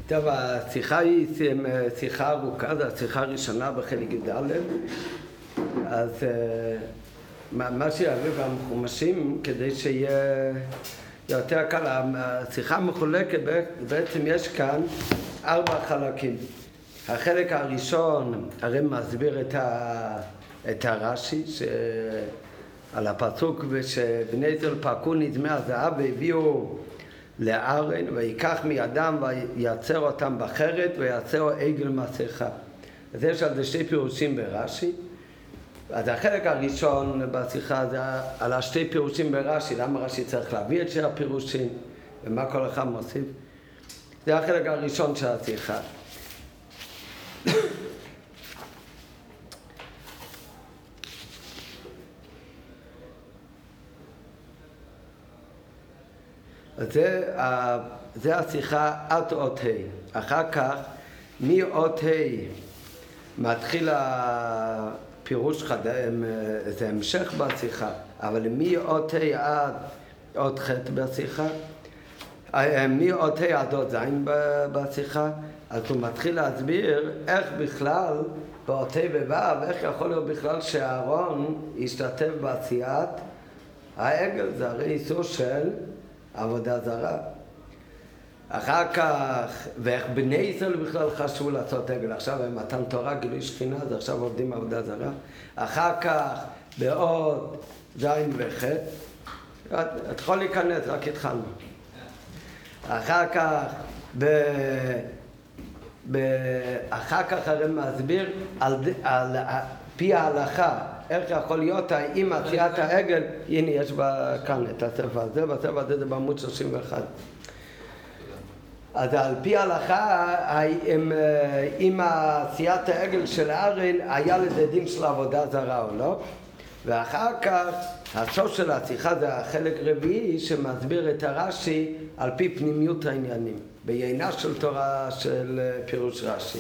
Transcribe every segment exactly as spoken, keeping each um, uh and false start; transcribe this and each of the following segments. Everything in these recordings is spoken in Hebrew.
טוב, השיחה היא שיחה ארוכה, זו השיחה הראשונה בחלק י"ד. אז מה שיעביר במחומשים כדי שיהיה יותר קל, השיחה מחולקת, בעצם יש כאן ארבע חלקים. החלק הראשון הרי מסביר את, ה, את הרש"י על הפסוק ושבני ישראל פרקו נדמי הזהב והביאו לארן ויקח מידם וייצר אותם בחרת וייצר עגל מסכה. אז יש על זה שתי פירושים ברש"י. אז החלק הראשון בשיחה זה על השתי פירושים ברש"י, למה רש"י צריך להביא את שתי הפירושים ומה כל אחד מוסיף. זה החלק הראשון של השיחה. זה, זה השיחה עד אות ה'. אחר כך, מאות ה' מתחיל הפירוש חדש, זה המשך בשיחה, אבל מאות ה' עד אות ח' בשיחה, מאות ה' עד אות ז' בשיחה, אז הוא מתחיל להסביר איך בכלל, באות ה' ובאב, איך יכול להיות בכלל שאהרון ישתתף בעשיית העגל, זה הרי איסור של עבודה זרה. אחר כך, ואיך בני ישראל בכלל חשבו לעשות עגל, עכשיו הם מתן תורה, גילוי שכינה, אז עכשיו עובדים עבודה זרה. אחר כך, בעוד זין וח', את יכולה להיכנס, רק התחלנו. אחר כך, ב... ב... אחר כך הרי מסביר על, על, על פי ההלכה, איך יכול להיות האם עשיית העגל, הנה יש בה כאן את הספר הזה, בספר הזה זה בעמוד שלושים ואחת. אז על פי ההלכה, אם עשיית העגל של אהרן היה לזה דין של עבודה זרה או לא, ואחר כך הסוף של השיחה זה החלק רביעי שמסביר את הרש"י על פי פנימיות העניינים, בעיינה של תורה של פירוש רש"י.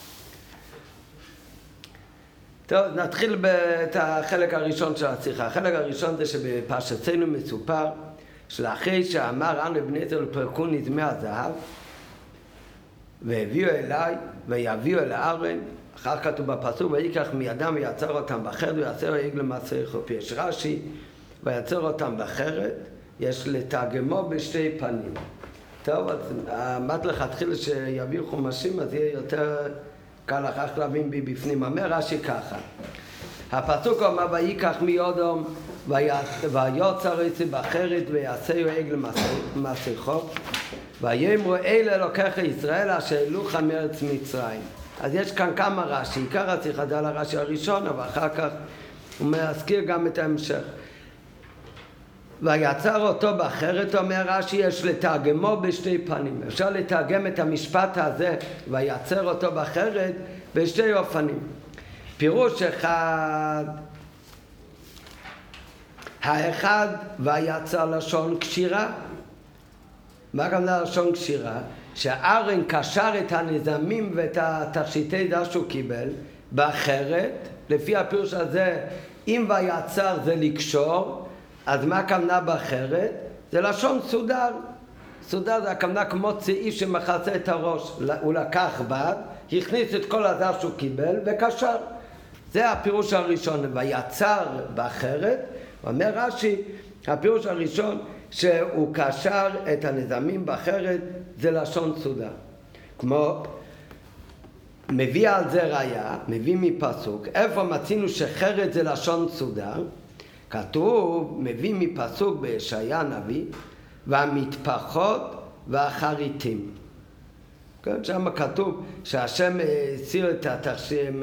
טוב, נתחיל את החלק הראשון של השיחה. החלק הראשון זה שבפרשתנו מסופר שלאחרי שאמר אנו בני ישראל פרקו נדמי הזהב והביאו אליי ויביאו אל אהרן, אחר כתוב בפסוק ויקח מידם ויצר אותם בחרת ויעשר עגל מסכה. יש רש"י ויצר אותם בחרת, יש לתרגמו בשתי פנים. טוב, אז אמרת לך תחיל שיביאו חומשים, אז יהיה יותר קל אחר כך להבין בי בפנים. אומר רש"י ככה, הפסוק אומר ויקח מידם ויוצר עצי בחרת ויעשהו עגל מסכה ויאמרו אלה אלוקיך ישראל אשר העלוך מארץ מצרים. אז יש כאן כמה רש"י, עיקר השיחה זה על הרש"י הראשון, אבל אחר כך הוא מזכיר גם את ההמשך. ויצר אותו בחרת, אומר רש"י, יש לתרגמו בשתי פנים. אפשר לתרגם את המשפט הזה ויצר אותו בחרת בשתי אופנים. פירוש אחד, האחד ויצר לשון קשירה. מה גם לשון קשירה? שאהרן קשר את הנזמים ואת התכשיטי דה שהוא קיבל בחרת. לפי הפירוש הזה, אם ויצר זה לקשור, אז מה הכוונה בחרת? זה לשון סודר. סודר זה הכוונה כמו צעיף שמחצה את הראש. הוא לקח בד, הכניס את כל הזר שהוא קיבל וקשר. זה הפירוש הראשון. ויצר בחרת, אומר רש"י, הפירוש הראשון שהוא קשר את הנזמים בחרת, זה לשון סודר. כמו, מביא על זה ראיה, מביא מפסוק, איפה מצינו שחרת זה לשון סודר? כתוב, מביא מפסוק בישעיה הנביא, והמטפחות והחריטים. כן, שם כתוב שהשם הסיר את התכשיטים,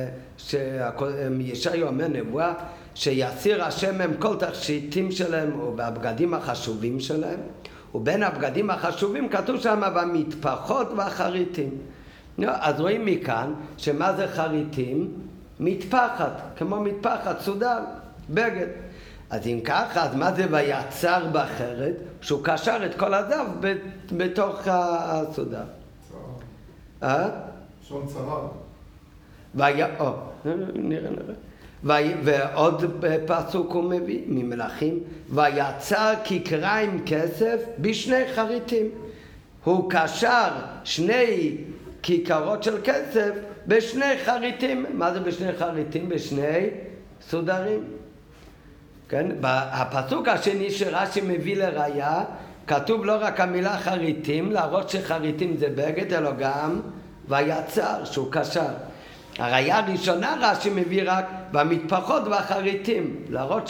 שישעיה אומר נבואה, שיסיר השם הם כל תכשיטים שלהם ובבגדים החשובים שלהם, ובין הבגדים החשובים כתוב שם במטפחות והחריטים. אז רואים מכאן שמה זה חריטים? מטפחת, כמו מטפחת, סודר, בגד. אז אם ככה, אז מה זה ויצר בחרת? שהוא קשר את כל הזב בתוך הסודר. צרה. אה? שון צרה. ויה... או, נראה נראה. ועוד פסוק הוא מביא ממלכים, ויצר כיכריים כסף בשני חריטים. הוא קשר שני כיכרות של כסף בשני חריטים. מה זה בשני חריטים? בשני סודרים. כן? הפסוק השני שרש"י מביא לראיה, כתוב לא רק המילה חריטים, להראות שחריטים זה בגד, אלא גם ויצר, שהוא קשר. הראיה הראשונה רש"י מביא רק במטפחות והחריטים, להראות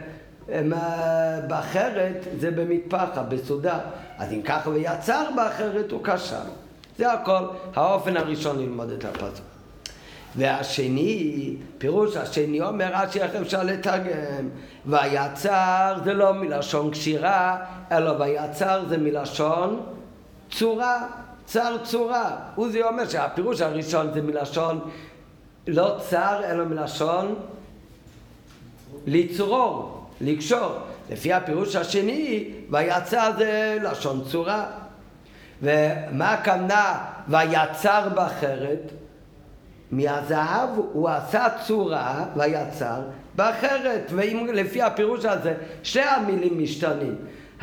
שבאחרת זה במטפחה, בסודר. אז אם ככה ויצר באחרת הוא קשר. זה הכל, האופן הראשון ללמוד את הפסוק. והשני, פירוש השני אומר רש"י איך אפשר לתרגם, ויצר זה לא מלשון קשירה, אלא ויצר זה מלשון צורה, צר צורה. עוזי אומר שהפירוש הראשון זה מלשון לא צר, אלא מלשון לצרור, לקשור. לפי הפירוש השני, ויצר זה לשון צורה. ומה הכוונה ויצר באחרת? מהזהב הוא עשה צורה ויצר באחרת. ולפי הפירוש הזה שתי המילים משתנים.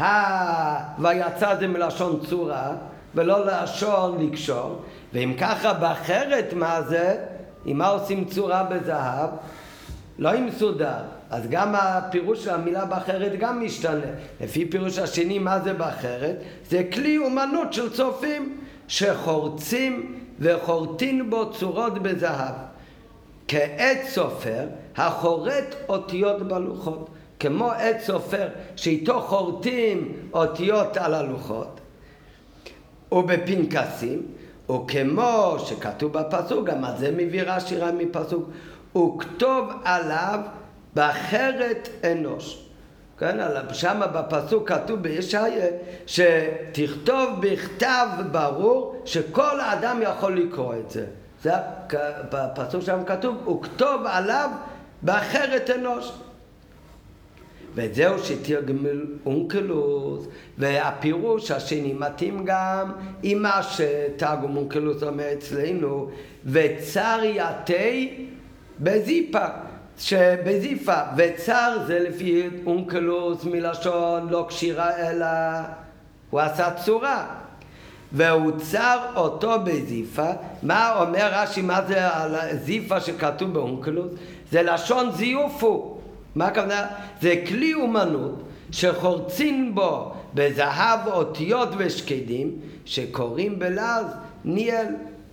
ויצר זה מלשון צורה ולא לשון לקשור. ואם ככה באחרת מה זה? אם מה עושים צורה בזהב? לא עם סודר. אז גם הפירוש של המילה באחרת גם משתנה. לפי פירוש השני מה זה באחרת? זה כלי אומנות של צופים שחורצים וחורטין בו צורות בזהב. כעת סופר החורט אותיות בלוחות. כמו עת סופר שאיתו חורטים אותיות על הלוחות. ובפנקסים, וכמו שכתוב בפסוק, גם על זה מביא רש"י מפסוק, וכתוב עליו באחרת אנוש. כן, שם בפסוק כתוב בישעיה שתכתוב בכתב ברור שכל האדם יכול לקרוא את זה. זה בפסוק שם כתוב, וכתוב עליו באחרת אנוש. וזהו שתרגמל אונקלוס, והפירוש השני מתאים גם עם מה שתרגום אונקלוס אומר אצלנו, וצר יתי בזיפה, שבזיפה, וצר זה לפי אונקלוס מלשון לא קשירה אלא הוא עשה צורה, והוא צר אותו בזיפה. מה אומר רש"י, מה זה הזיפה שכתוב באונקלוס? זה לשון זיופו. מה הכוונה? זה כלי אומנות שחורצים בו בזהב אותיות ושקדים שקוראים בלעז ניאל.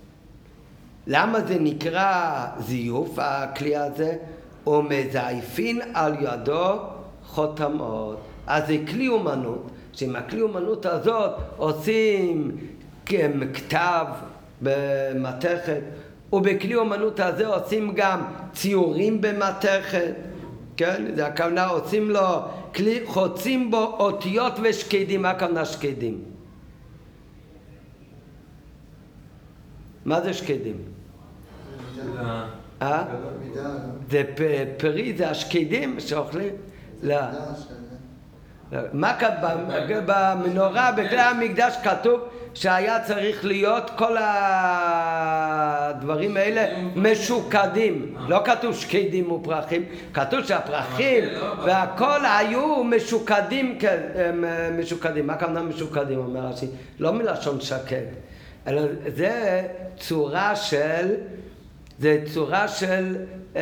למה זה נקרא זיוף הכלי הזה? ומזייפין על ידו חותמות. אז זה כלי אומנות, שעם הכלי אומנות הזאת עושים כתב במתכת, ובכלי אומנות הזה עושים גם ציורים במתכת. כן? זה הכוונה, עושים לו כלי, חוצים בו אותיות ושקדים. מה הכוונה שקדים? מה זה שקדים? אה? זה פרי, זה השקדים שאוכלים? לא. מה במנורה, בכלי המקדש כתוב שהיה צריך להיות כל הדברים האלה משוקדים. לא כתוב שקדים ופרחים, כתוב שהפרחים והכל היו משוקדים. משוקדים. מה כמובן משוקדים, אומר רש"י? לא מלשון שקד, אלא זה צורה של זה צורה של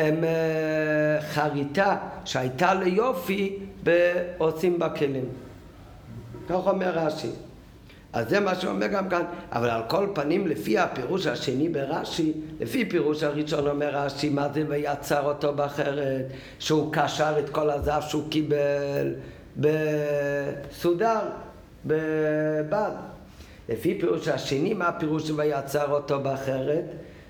חריטה שהייתה ליופי בעושים בכלים. כך אומר רש"י. אז זה מה שאומר גם כאן. אבל על כל פנים, לפי הפירוש השני ברש"י, לפי פירוש הראשון אומר רש"י, מה זה ויצר אותו באחרת? שהוא קשר את כל הזהב שהוא קיבל בסודר, בבד. לפי פירוש השני, מה הפירוש ויצר אותו באחרת?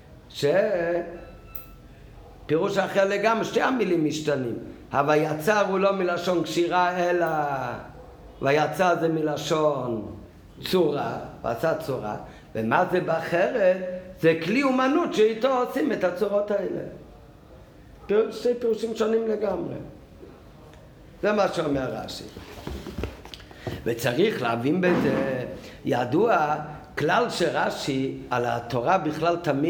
שפירוש אחר לגמרי, שתי המילים משתנים. הויצר הוא לא מלשון קשירה, אלא ויצר זה מלשון צורה, הוא עשה צורה. ומה זה באחרת? זה כלי אומנות שאיתו עושים את הצורות האלה. שתי פירושים שונים לגמרי. זה מה שאומר רש"י. וצריך להבין בזה, ידוע כלל שרש"י על התורה בכלל תמיד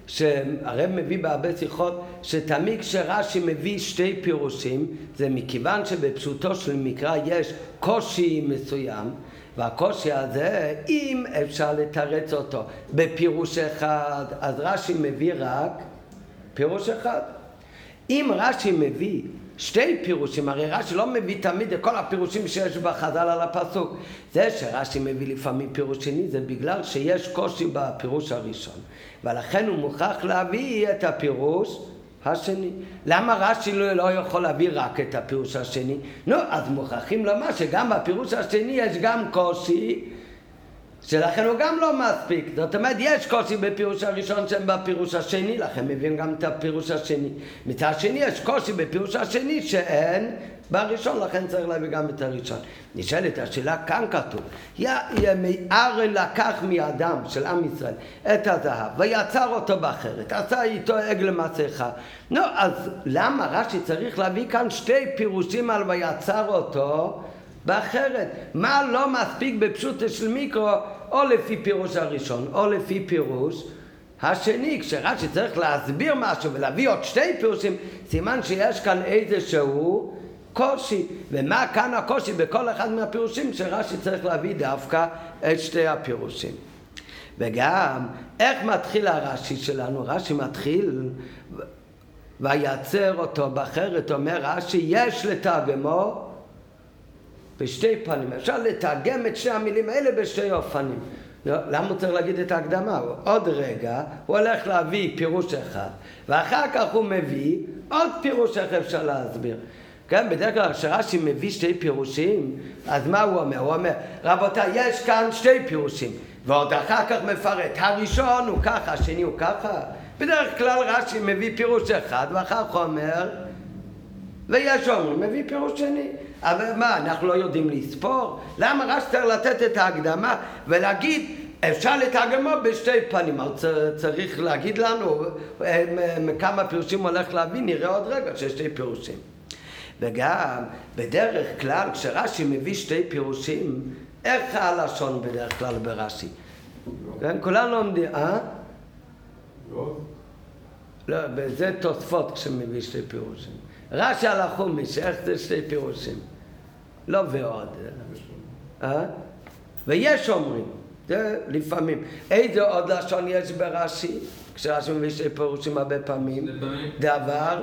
שהרב מביא בהרבה שיחות, שתמיד כשרש"י מביא שתי פירושים, זה מכיוון שבפשוטו של מקרא יש קושי מסוים, והקושי הזה, אם אפשר לתרץ אותו בפירוש אחד, אז רש"י מביא רק פירוש אחד. אם רש"י מביא שתי פירושים, הרי רש"י לא מביא תמיד את כל הפירושים שיש בחז"ל על הפסוק. זה שרש"י מביא לפעמים פירוש שני, זה בגלל שיש קושי בפירוש הראשון. ולכן הוא מוכרח להביא את הפירוש השני. למה רש"י לא, לא יכול להביא רק את הפירוש השני? נו, אז מוכרחים לומר שגם בפירוש השני יש גם קושי, שלכן הוא גם לא מספיק. זאת אומרת, יש קושי בפירוש הראשון שהם בפירוש השני, לכן מביאים גם את הפירוש השני. מצד שני, יש קושי בפירוש השני שאין בראשון, לכן צריך להביא גם את הראשון. נשאלת השאלה, כאן כתוב, אהרון לקח מאדם של עם ישראל את הזהב ויצר אותו באחרת, עשה איתו עגל מסכה. נו, אז למה רש"י צריך להביא כאן שתי פירושים על ויצר אותו באחרת? מה לא מספיק בפשוט של מיקרו, או לפי פירוש הראשון או לפי פירוש השני? כשרש"י צריך להסביר משהו ולהביא עוד שתי פירושים, סימן שיש כאן איזשהו קושי. ומה כאן הקושי בכל אחד מהפירושים? שרש"י צריך להביא דווקא את שתי הפירושים. וגם איך מתחיל הרש"י שלנו? רש"י מתחיל ויצר אותו באחרת. אומר רש"י, יש לתרגמו בשתי פנים. אפשר לתרגם את שתי המילים האלה בשתי אופנים. למה הוא צריך להגיד את ההקדמה? עוד רגע הוא הולך להביא פירוש אחד, ואחר כך הוא מביא עוד פירוש איך אפשר להסביר. כן, בדרך כלל כשרש"י מביא שתי פירושים, אז מה הוא אומר? הוא אומר, רבותיי, יש כאן שתי פירושים, ועוד אחר כך מפרט. הראשון הוא ככה, השני הוא ככה. בדרך כלל רש"י מביא פירוש אחד, ואחר כך הוא אומר, ויש אומרים, מביא פירוש שני. אבל מה, אנחנו לא יודעים לספור? למה רש"י צריך לתת את ההקדמה ולהגיד, אפשר לתרגמו בשתי פנים? צריך להגיד לנו כמה פירושים הולך להביא, נראה עוד רגע שיש שתי פירושים. וגם בדרך כלל כשרש"י מביא שתי פירושים, איך הלשון בדרך כלל ברש"י? כן, כולנו עומדים, אה? לא, זה תוספות כשמביא שתי פירושים. רש"י על החומש, איך זה שתי פירושים? לא ועוד. אה? ויש אומרים, זה לפעמים. איזה עוד לשון יש ברש"י? כשרש"י מביא שתי פירושים הרבה פעמים. דבר,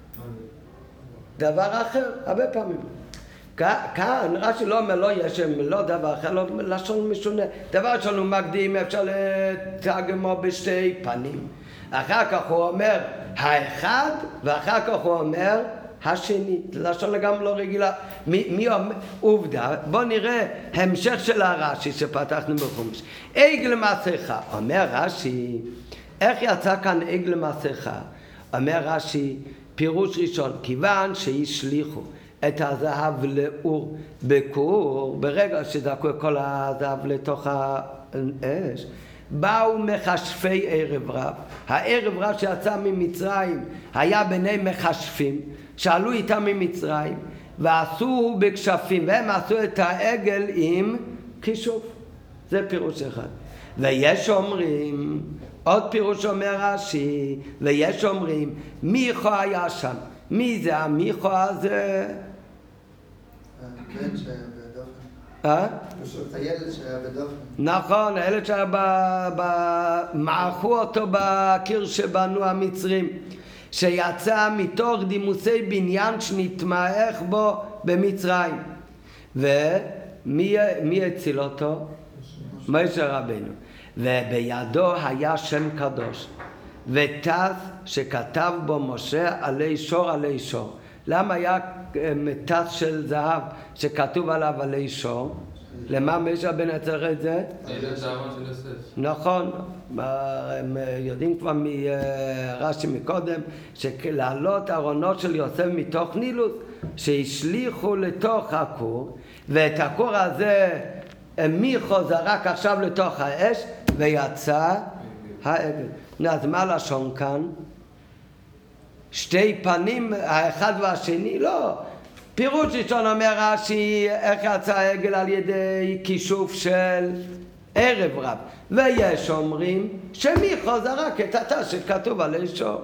דבר אחר, הרבה פעמים. כאן רש"י לא אומר, לא יש, לא דבר אחר, לא לשון משונה. דבר ראשון הוא מקדים, אפשר לתרגמו בשתי פנים. אחר כך הוא אומר האחד, ואחר כך הוא אומר השני. לשון לגמרי לא רגילה. מי, מי אומר? עובדה, בוא נראה המשך של הרש"י שפתחנו בחומש. עגל מסכה, אומר רש"י, איך יצא כאן עגל מסכה? אומר רש"י, פירוש ראשון, כיוון שהשליחו את הזהב לאור בכור, ברגע שזרקו את כל הזהב לתוך האש, באו מכשפי ערב רב. הערב רב שיצא ממצרים היה ביני מכשפים, שעלו איתם ממצרים, ועשו בכשפים, והם עשו את העגל עם כישוף. זה פירוש אחד. ויש אומרים, עוד פירוש אומר רש"י, ויש אומרים, מיכו היה שם. מי זה המיכו הזה? הבן שהיה בדופן. אה? הילד שהיה בדופן. נכון, הילד שהיה ב... ב... מעכו אותו בקיר שבנו המצרים, שיצא מתוך דימוסי בניין שנתמעך בו במצרים. ומי הציל אותו? משה רבנו. ובידו היה שם קדוש, ותז שכתב בו משה עלי שור עלי שור. למה היה תז של זהב שכתוב עליו עלי שור? למה משה רבנו צריך את זה? נכון, הם יודעים כבר מרש"י מקודם שלעלות ארונות של יוסף מתוך נילוס שהשליחו לתוך הכור, ואת הכור הזה מיכו זרק עכשיו לתוך האש ויצא העגל. אז מה לשון כאן? שתי פנים, האחד והשני? לא. פירוש ראשון אומר רש"י, איך יצא העגל? על ידי כישוף של ערב רב. ויש אומרים שמיכו זה רק קטטה שכתוב על אישו.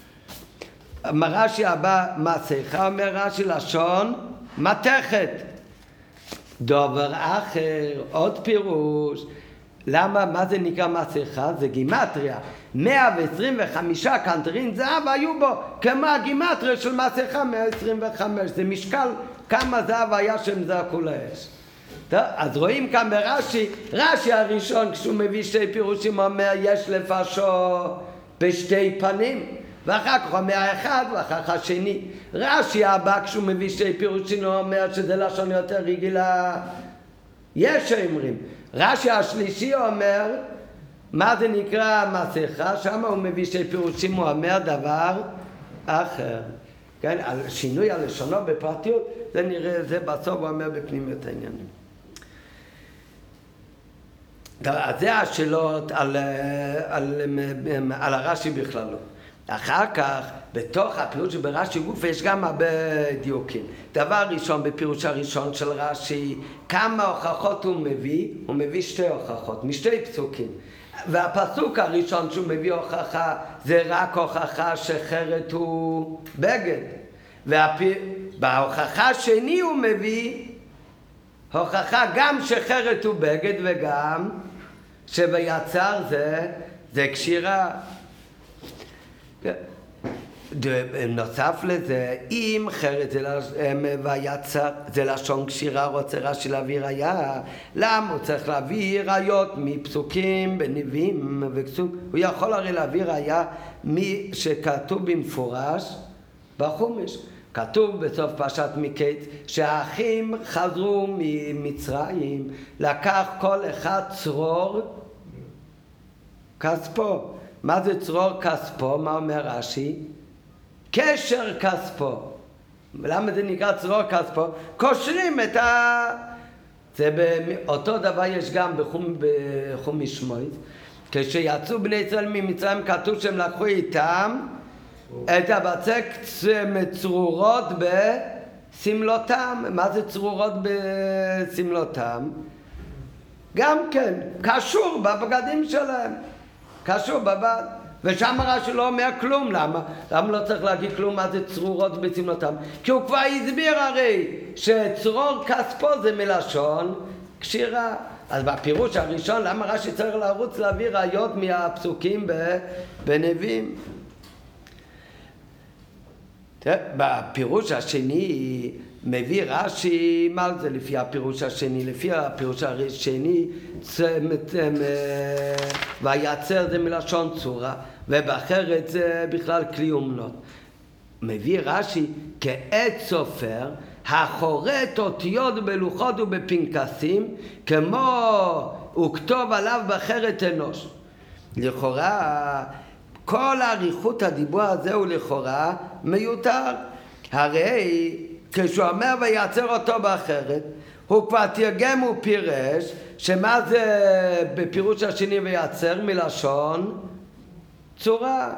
רש"י הבא מסכה, אומר רש"י לשון מתכת. דובר אחר, עוד פירוש. למה? מה זה נקרא מסכה? זה גימטריה. מאה ועשרים וחמישה קנטרין זהב היו בו, כמו הגימטריה של מסכה מאה עשרים וחמש. זה משקל כמה זהב היה שהם זרקו לאש. טוב, אז רואים כאן ברש"י, רש"י הראשון כשהוא מביא שתי פירושים אומר יש לפרשו בשתי פנים, ואחר כך אומר האחד ואחר כך השני. רש"י הבא כשהוא מביא שתי פירושים הוא אומר שזה לשון יותר רגילה, יש אומרים. רש"י השלישי אומר מה זה נקרא מסכה, שם הוא מביא שתי פירושים, הוא אומר דבר אחר. כן, על שינוי הלשונו בפרטיות, זה נראה, זה בסוף הוא אומר בפנימיות העניינים. אז זה השאלות על, על, על הרש"י בכללו. אחר כך, בתוך הפירוש ברש"י גוף יש גם הרבה דיוקים. דבר ראשון, בפירוש הראשון של רש"י, כמה הוכחות הוא מביא? הוא מביא שתי הוכחות, משתי פסוקים. והפסוק הראשון שהוא מביא הוכחה, זה רק הוכחה שחרת הוא בגד. ובהוכחה השני הוא מביא הוכחה גם שחרת הוא בגד וגם שביצר זה, זה קשירה. נוסף לזה, אם חרת זה, ויצר, זה לשון קשירה, רוצה רש"י להביא ראיה. למה הוא צריך להביא ראיות מפסוקים בנביאים וכתוב? הוא יכול הרי להביא ראיה מי שכתוב במפורש בחומש. כתוב בסוף פרשת מקץ שהאחים חזרו ממצרים, לקח כל אחד צרור כספו. מה זה צרור כספו? מה אומר רש"י? קשר כספו. למה זה נקרא צרור כספו? קושרים את ה... זה באותו דבר יש גם בחום, בחום משמעית. כשיצאו בני ישראל ממצרים כתוב שהם לקחו איתם את הבצק צרורות בסמלותם. מה זה צרורות בסמלותם? גם כן, קשור בבגדים שלהם. קשור בבד. ושם רש"י לא אומר כלום. למה? למה לא צריך להגיד כלום מה זה צרורות בסמלותם? כי הוא כבר הסביר הרי שצרור כספו זה מלשון קשירה. אז בפירוש הראשון, למה רש"י צריך לרוץ להביא ראיות מהפסוקים בנביאים? בפירוש השני מביא רש"י, מה זה לפי הפירוש השני? לפי הפירוש השני ויצר זה מלשון צורה, ובאחרת זה בכלל כלי אומנות. מביא רש"י כעת סופר החורט אותיות בלוחות ובפנקסים כמו וכתוב עליו בחרת אנוש. לכאורה כל האריכות הדיבור הזה הוא לכאורה מיותר. הרי כשהוא אומר ויצר אותו באחרת, הוא כבר תרגם ופירש שמה זה בפירוש השני ויצר מלשון צורה.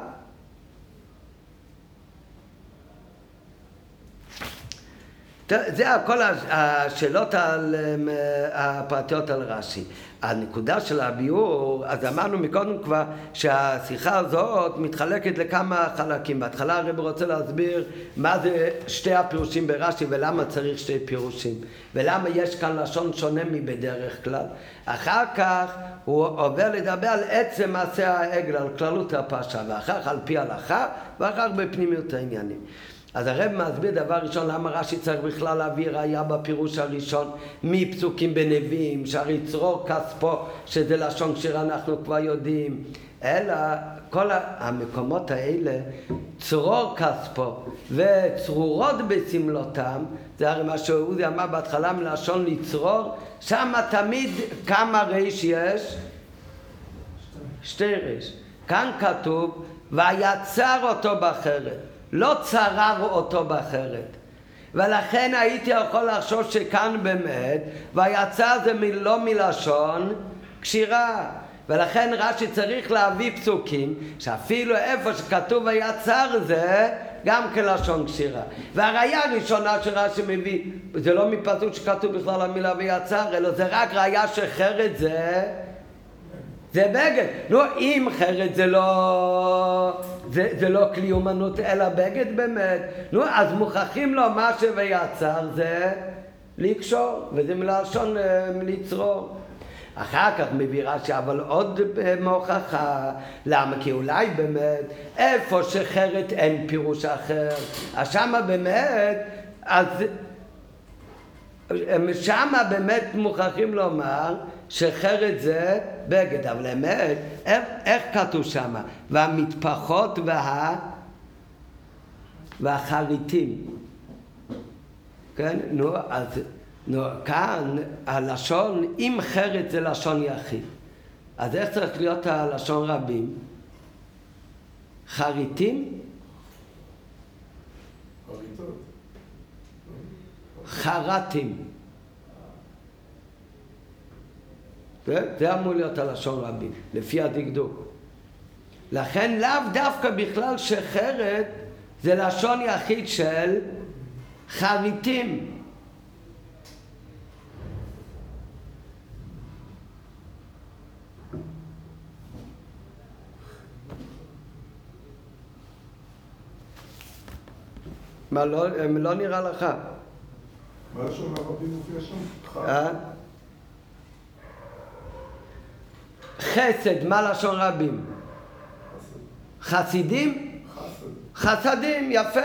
זה כל השאלות הפרטיות על רש"י. הנקודה של הביאור, אז אמרנו מקודם כבר שהשיחה הזאת מתחלקת לכמה חלקים. בהתחלה הרב רוצה להסביר מה זה שתי הפירושים ברש"י ולמה צריך שתי פירושים ולמה יש כאן לשון שונה מבדרך כלל. אחר כך הוא עובר לדבר על עצם מעשה העגל, על כללות הפרשה, ואחר כך על פי הלכה ואחר כך בפנימיות העניינים. אז הרב מסביר דבר ראשון למה רש"י צריך בכלל להביא ראיה בפירוש הראשון מפסוקים בנביאים, שהרי צרור כספו שזה לשון קשירה אנחנו כבר יודעים, אלא כל המקומות האלה צרור כספו וצרורות בסמלותם, זה הרי מה שעוזי אמר בהתחלה מלשון לצרור, שם תמיד כמה ריש יש? שתי ריש. כאן כתוב ויצר אותו באחרת, לא צרר אותו באחרת. ולכן הייתי יכול לחשוב שכאן באמת ויצר זה לא מלשון קשירה. ולכן רש"י צריך להביא פסוקים שאפילו איפה שכתוב ויצר זה גם כלשון קשירה. והראיה הראשונה שרש"י מביא זה לא מפסוק שכתוב בכלל המילה ויצר, אלא זה רק ראיה שחרת זה זה בגד. נו, אם חרט זה לא, זה, זה לא כלי אומנות, אלא בגד באמת. נו, אז מוכרחים לו מה שויצר זה לקשור, וזה מלשון לצרור. אחר כך מביא רש"י, אבל עוד מוכחה. למה? כי אולי באמת, איפה שחרט אין פירוש אחר, אז שמה באמת, אז שמה באמת מוכרחים לומר שחרט זה בגד, אבל באמת, איך, איך כתוב שמה? והמטפחות וה... והחריטים. כן? נו, אז... נו, כאן הלשון, אם חרט זה לשון יחיד, אז איך צריך להיות הלשון רבים? חריטים? חרטים. זה, זה אמור להיות הלשון רבים, לפי הדקדוק. לכן לאו דווקא בכלל שחרט זה לשון יחיד של חריטים. מה, לא, לא נראה לך? מה לשון הרבים מופיע שם? אה? חסד, מה לשון רבים? חסידים? חסדים, יפה.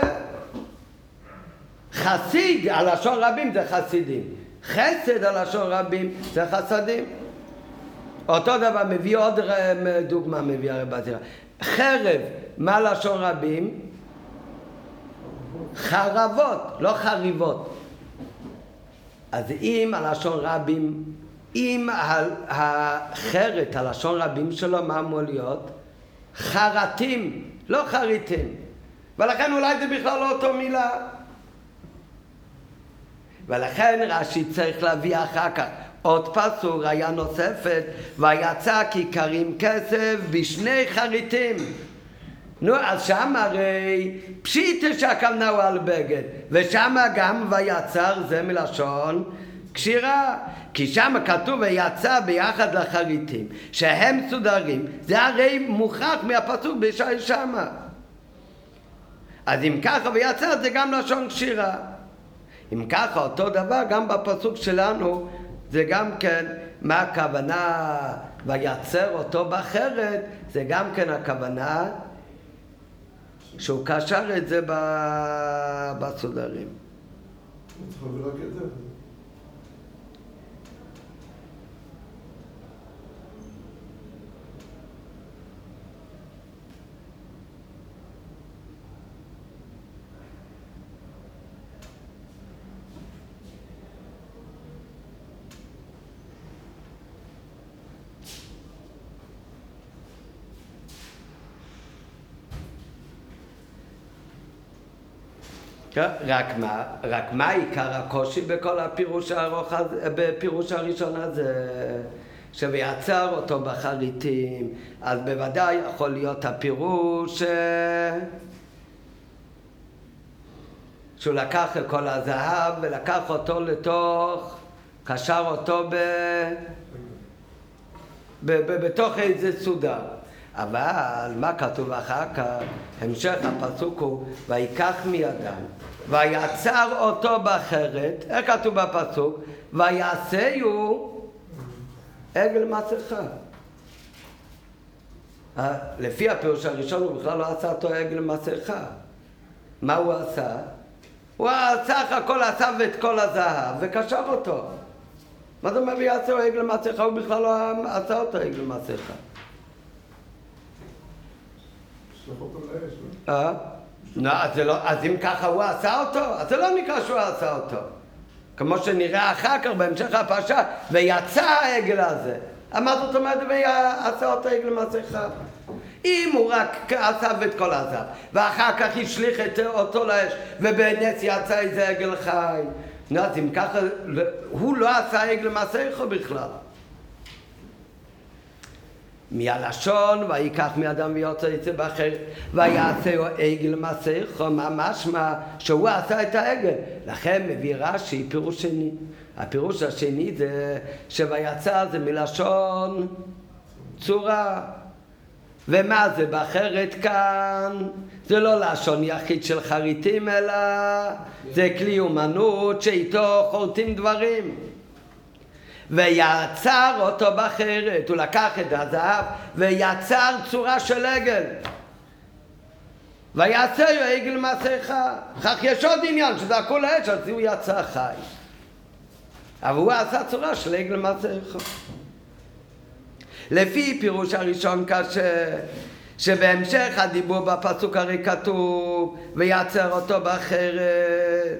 חסיד, הלשון רבים זה חסידים. חסד, הלשון רבים זה חסדים. אותו דבר, מביא עוד דוגמה, מביא הרב עזרא. חרב, מה לשון רבים? חרבות, לא חריבות. אז אם הלשון רבים, אם החרט, הלשון רבים שלו, מה אמור להיות? חרטים, לא חריטים. ולכן אולי זה בכלל לא אותו מילה. ולכן רש"י צריך להביא אחר כך עוד פסוק, ראיה נוספת, ויצא כיכרים כסף בשני חריטים. נו, אז שם הרי פשיטה שהכוונה הוא על בגד, ושם גם ויצר זה מלשון קשירה, כי שם כתוב ויצא ביחד לחריטים שהם סודרים, זה הרי מוכרח מהפסוק בשעה שמה. אז אם ככה ויצא זה גם לשון קשירה. אם ככה אותו דבר גם בפסוק שלנו זה גם כן מה הכוונה ויצר אותו בחרת, זה גם כן הכוונה שהוא קשר את זה בסודרים. צריך להביא רק את זה. רק מה, רק מה עיקר הקושי בכל הפירוש הארוך הזה, בפירוש הראשון הזה, שויצר אותו בחריטים, אז בוודאי יכול להיות הפירוש שהוא לקח את כל הזהב ולקח אותו לתוך, קשר אותו ב, ב, ב, בתוך איזה סודר. אבל מה כתוב אחר כך? המשך הפסוק הוא ויקח מידם ויצר אותו בחרת. איך כתוב בפסוק? ויעשהו עגל מסכה. לפי הפירוש הראשון הוא בכלל לא עשה אותו עגל מסכה. מה הוא עשה? הוא סך הכל עשה את כל הזהב וקשר אותו. מה זאת אומרת ויעשהו עגל מסכה? הוא בכלל לא עשה אותו עגל מסכה. אה? אז אם ככה הוא עשה אותו, אז זה לא נקרא שהוא עשה אותו. כמו שנראה אחר כך בהמשך הפרשה, ויצא העגל הזה. מה זאת אומרת ועשה אותו עגל מסכה? אם הוא רק עשה את כל הזהב, ואחר כך השליך אותו לאש, ובנס יצא איזה עגל חי. אז אם ככה, הוא לא עשה עגל מסכה בכלל. מהלשון ויקח מאדם ויוצא יצא באחר ויעשהו עגל מסכה, ממש מה שהוא עשה את העגל. לכן מביא רש"י פירוש שני. הפירוש השני זה שויצא זה מלשון צורה. ומה זה באחרת כאן? זה לא לשון יחיד של חריטים, אלא זה כלי אומנות שאיתו חורטים דברים. ויצר אותו באחרת, הוא לקח את הזהב ויצר צורה של עגל. ויעשה עגל מסכה. כך יש עוד עניין שזה הכל האש, אז הוא יצא חי. אבל הוא עשה צורה של עגל מסכה. לפי פירוש הראשון קשה, שבהמשך הדיבור בפסוק הרי כתוב ויצר אותו באחרת,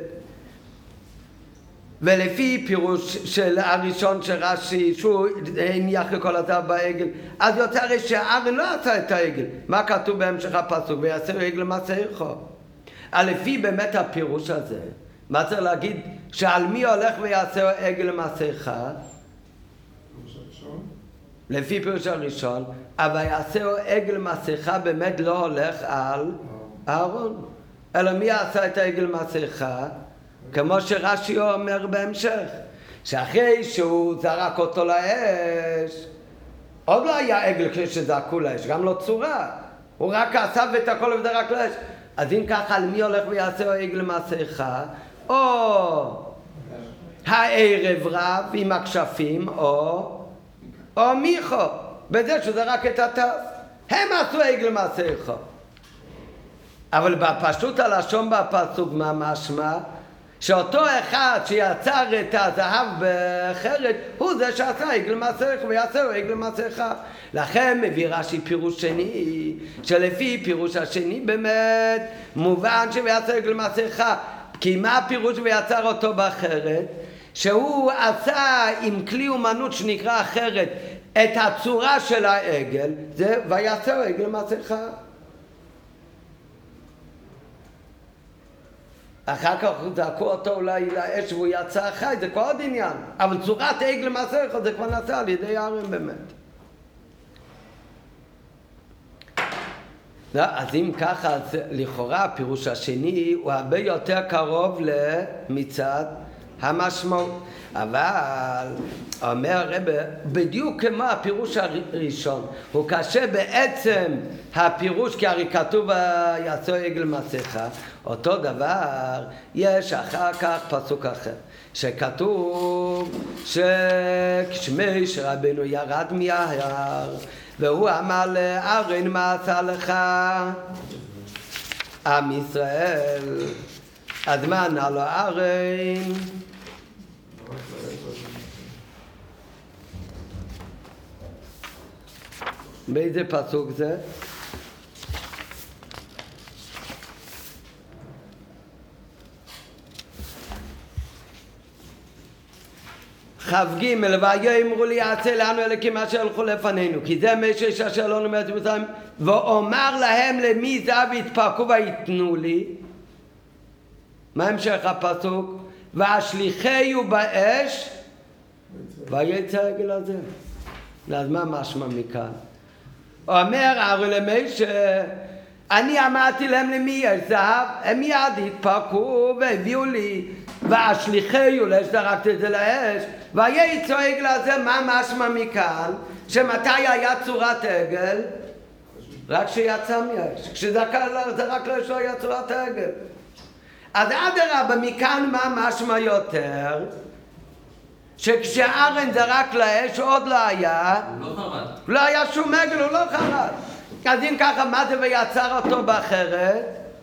ולפי פירוש של הראשון של רש"י שהוא הניח לכל הזהב בעגל, אז יוצא הרי שארון לא עשה את העגל. מה כתוב בהמשך הפסוק? ויעשה עגל מסכה. לפי באמת הפירוש הזה, מה צריך להגיד? שעל מי הולך ויעשה עגל מסכה? לפי פירוש הראשון, אבל יעשה עגל מסכה באמת לא הולך על אהרון, אלא מי עשה את העגל מסכה? כמו שרש"י אומר בהמשך, שאחרי שהוא זרק אותו לאש, עוד לא היה עגל כשזרקו לאש, גם לא צורה, הוא רק אסף את הכל וזרק לאש. אז אם ככה, על מי הולך ויעשה עגל מסכה? או הערב רב עם הכשפים, או או מיכו, בזה שזרק את הטף. הם עשו עגל מסכה. אבל בפשוט הלשון בפסוק מה משמע? שאותו אחד שיצר את הזהב בחרת, הוא זה שעשה עגל מסכה ויעשה עגל מסכה. לכן מביא רש"י פירוש שני, שלפי פירוש השני באמת מובן שויעשה עגל מסכה. כי מה הפירוש ויצר אותו בחרת? שהוא עשה עם כלי אומנות שנקרא אחרת את הצורה של העגל, זה ויעשה עגל מסכה. אחר כך דקו אותו אולי לאש והוא יצא חי, זה כבר עוד עניין, אבל צורת עגל מסכה זה כבר נעשה על ידי אהרון באמת. לא, אז אם ככה, אז לכאורה הפירוש השני הוא הרבה יותר קרוב למצד המשמעות. אבל אומר הרב, בדיוק כמו הפירוש הראשון, הוא קשה בעצם הפירוש, כי הרי כתוב יעשה עגל מסכה. אותו דבר יש אחר כך פסוק אחר שכתוב שכשמשה רבנו ירד מההר והוא אמר לאהרון מה עשה לך עם ישראל, אז מה ענה לו אהרון? באיזה פסוק זה? כ"ג, ויאמרו לי יעשה לנו אלוקים אשר הלכו לפנינו, כי זה משה אשר לנו מארץ מצרים, ואומר להם למי זהב יתפרקו ויתנו לי. מה המשך הפסוק? והשליחהו באש ויצא העגל הזה. אז מה משמע מכאן? אומר אהרון למשה, אני אמרתי להם למי יש זהב, הם מיד התפרקו והביאו לי, והשליחהו לאש, זרקתי את זה לאש, ויצא העגל הזה. מה משמע מכאן? שמתי היה צורת עגל? רק שיצא מאש, כשזרק לאש לא היה צורת העגל. אז אדרבה, מכאן מה משמע יותר? שכשאהרון זרק לאש עוד לא היה, הוא לא חרד. לא היה שום עגל, הוא לא חרד. אז אם ככה, מה זה ויצר אותו באחרת?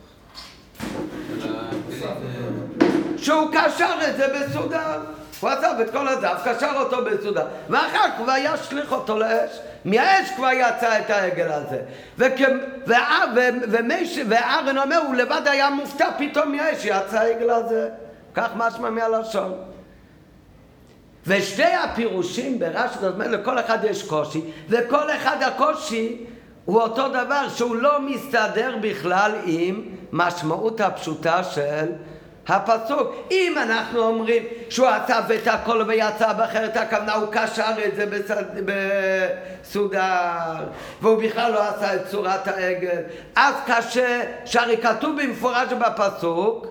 שהוא קשר את זה בסודר. הוא עשה את כל הזהב, קשר אותו בסודר. ואחר כך היה שליח אותו לאש. מהאש כבר יצא את העגל הזה. ואהרון אומר, הוא לבד היה מופתע, פתאום מהאש יצא העגל הזה. כך משמע מהלשון. ושתי הפירושים ברש"י, זאת אומרת, לכל אחד יש קושי, וכל אחד הקושי הוא אותו דבר, שהוא לא מסתדר בכלל עם משמעות הפשוטה של הפסוק. אם אנחנו אומרים שהוא אסף את הכל ויצא באחרת, הכוונה הוא קשר את זה בסודר, והוא בכלל לא עשה את צורת העגל, אז קשה, שהרי כתוב במפורש בפסוק,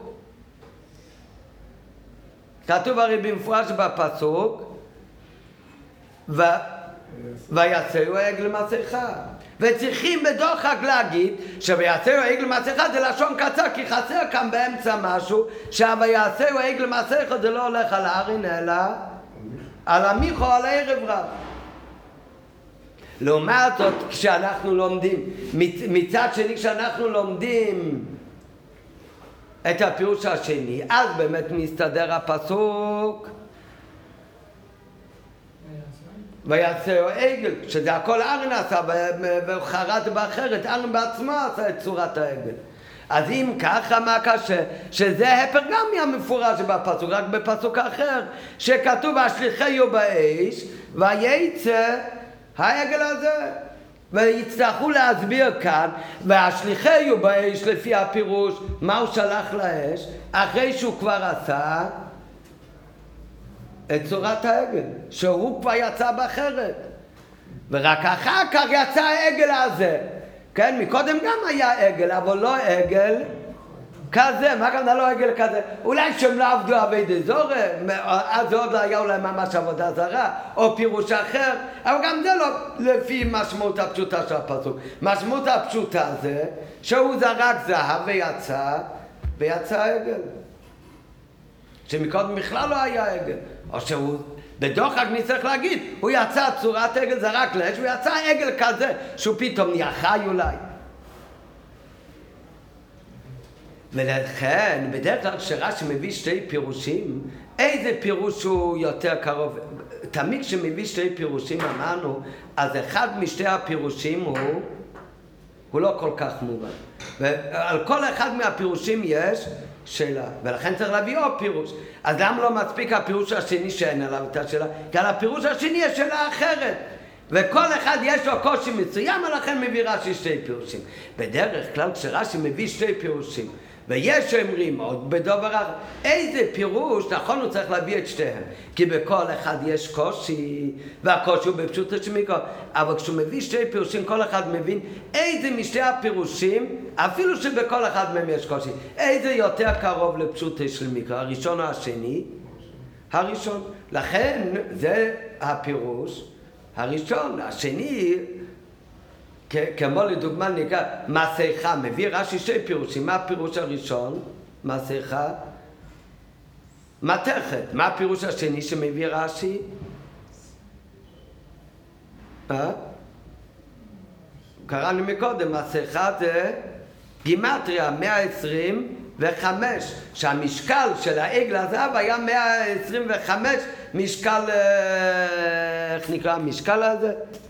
כתוב הרי במפורש בפסוק, ו... ויעשהו העגל מסכה. וצריכים בדוחק להגיד שויעשהו העגל מסכה זה לשון קצר, כי חסר כאן באמצע משהו שויעשהו העגל מסכה זה לא הולך על הארין אלא על המיכו, על הערב רב. לעומת זאת, כשאנחנו לומדים, מצד שני כשאנחנו לומדים את הפירוש השני, אז באמת מסתדר הפסוק ויעשהו העגל, שזה הכל ארן עשה וחרט באחרת, ארן בעצמו עשה את צורת העגל. אז אם ככה, מה קשה? שזה הפך גם מהמפורש בפסוק, רק בפסוק אחר, שכתוב השליחיו באש וייצא העגל הזה. ויצטרכו להסביר כאן, והשליחיו באש לפי הפירוש, מה הוא שלח לאש? אחרי שהוא כבר עשה את צורת העגל, שהוא כבר יצא באחרת. ורק אחר כך יצא העגל הזה. כן, מקודם גם היה עגל, אבל לא עגל כזה. מה כאן לא עגל כזה? אולי שהם לא עבדו עבודת זרה, אז זה עוד לא היה אולי ממש עבודה זרה, או פירוש אחר, אבל גם זה לא לפי משמעות הפשוטה של הפסוק. משמעות הפשוטה זה שהוא זרק זהב ויצא, ויצא עגל. שמקודם בכלל לא היה עגל. או שהוא בדוחק נצטרך להגיד, הוא יצא צורת עגל, זרק לאש, הוא יצא עגל כזה, שהוא פתאום נהיה חי אולי. ולכן, בדרך כלל כשרש"י מביא שתי פירושים, איזה פירוש הוא יותר קרוב? תמיד כשמביא שתי פירושים אמרנו, אז אחד משתי הפירושים הוא, הוא לא כל כך מובן. ועל כל אחד מהפירושים יש שאלה, ולכן צריך להביא עוד פירוש. אז למה לא מספיק הפירוש השני שאין עליו את השאלה? כי על הפירוש השני יש שאלה אחרת. וכל אחד יש לו קושי מסוים, ולכן מביא רש"י שתי פירושים. בדרך כלל כשרש"י מביא שתי פירושים, ויש שאומרים עוד בדבר אחר, איזה פירוש, נכון הוא צריך להביא את שתיהם, כי בכל אחד יש קושי, והקושי הוא בפשוטו של מקרא, אבל כשהוא מביא שתי פירושים, כל אחד מבין איזה משתי הפירושים, אפילו שבכל אחד מהם יש קושי, איזה יותר קרוב לפשוטו של מקרא, הראשון או השני? הראשון. לכן זה הפירוש הראשון. השני, כמו לדוגמה נקרא מסכה, מביא רש"י שתי פירושים. מה הפירוש הראשון? מסכה, מתכת. מה הפירוש השני שמביא רש"י? אה? קראנו מקודם, מסכה זה גימטריה מאה עשרים וחמש, שהמשקל של העגל הזהב היה מאה עשרים וחמש משקל, איך נקרא המשקל הזה?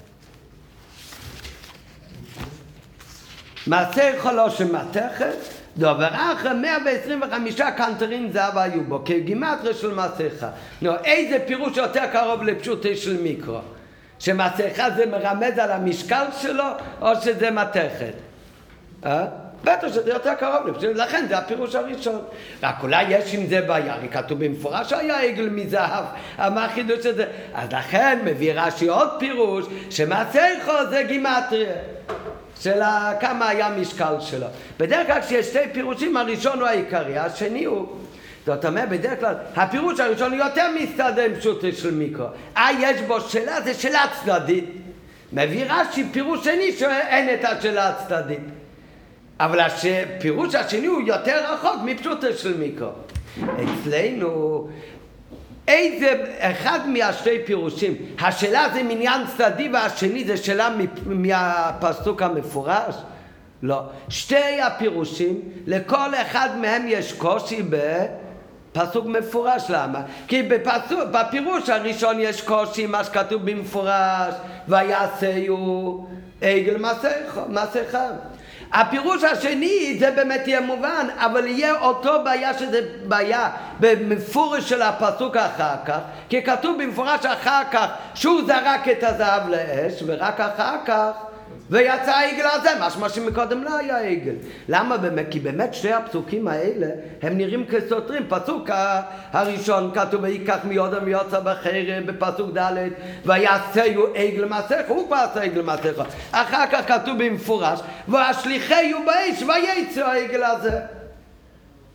מסכה לא שמתכת, דובר אחר מאה עשרים וחמישה קנטרים זהב היו בו, כגימטריה של מסכה. נו, איזה פירוש יותר קרוב לפשוטו של מקרא? שמסכה זה מרמז על המשקל שלו, או שזה מתכת? אה? בטח שזה יותר קרוב לפשוטו, לכן זה הפירוש הראשון. רק אולי יש עם זה בעיה, הרי כתוב במפורש שהיה עגל מזהב, מה החידוש הזה? אז לכן מביא רש"י עוד פירוש, שמסכה זה גימטריה. של כמה היה משקל שלו. בדרך כלל כשיש שתי פירושים, הראשון הוא העיקרי, השני הוא, זאת אומרת, בדרך כלל, הפירוש הראשון הוא יותר מסתדר עם פשוטו של מקרא. אה, יש בו שאלה, זה שאלה צדדית. מביא רש"י פירוש שני שאין את השאלה הצדדית. אבל הפירוש השני הוא יותר רחוק מפשוטו של מקרא. אצלנו, איזה אחד מהשתי פירושים, השאלה זה מעניין צדדי והשני זה שאלה מהפסוק המפורש? לא. שתי הפירושים, לכל אחד מהם יש קושי בפסוק מפורש. למה? כי בפסוק, בפירוש הראשון יש קושי, מה שכתוב במפורש, ויעשהו עגל מסכה. הפירוש השני זה באמת יהיה מובן, אבל יהיה אותו בעיה שזה בעיה במפורש של הפסוק אחר כך, כי כתוב במפורש אחר כך שהוא זרק את הזהב לאש, ורק אחר כך ויצא העגל הזה, משמע שמקודם לא היה עגל. למה באמת? כי באמת שתי הפסוקים האלה הם נראים כסותרים. פסוק הראשון כתוב ויקח מיודע ויוצא בחרב, בפסוק ד' ויעשהו עגל מסכה, הוא כבר עשה עגל מסכה. אחר כך כתוב במפורש והשליחיו באש וייצא העגל הזה.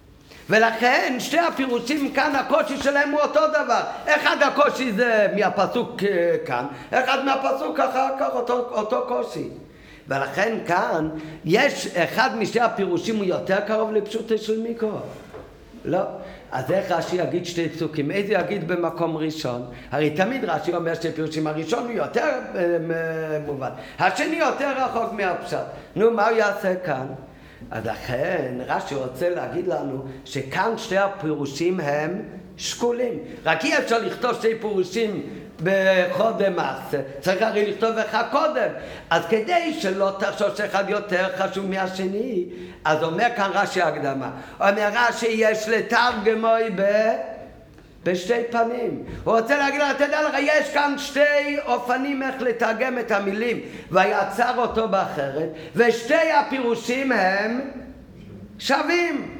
ולכן שתי הפירושים כאן הקושי שלהם הוא אותו דבר. אחד הקושי זה מהפסוק כאן, אחד מהפסוק אחר כך אותו, אותו קושי. ולכן כאן יש אחד משתי הפירושים הוא יותר קרוב לפשוטו של מיקרו. לא. אז איך רש"י יגיד שתי פסוקים? איזה יגיד במקום ראשון? הרי תמיד רש"י אומר שתי פירושים. הראשון הוא יותר מובן, השני יותר רחוק מהפשט. נו, מה הוא יעשה כאן? אז לכן רש"י רוצה להגיד לנו שכאן שתי הפירושים הם שקולים. רק אי אפשר לכתוב שתי פירושים בחודם מעשה, צריך הרי לכתוב אחד קודם. אז כדי שלא תחשוב שאחד יותר חשוב מהשני, אז אומר כאן רש"י הקדמה, אומר רש"י יש לתרגמוי ב... בשתי פנים. הוא רוצה להגיד לה, תדע לך, יש כאן שתי אופנים איך לתרגם את המילים, ויצר אותו באחרת, ושתי הפירושים הם שווים.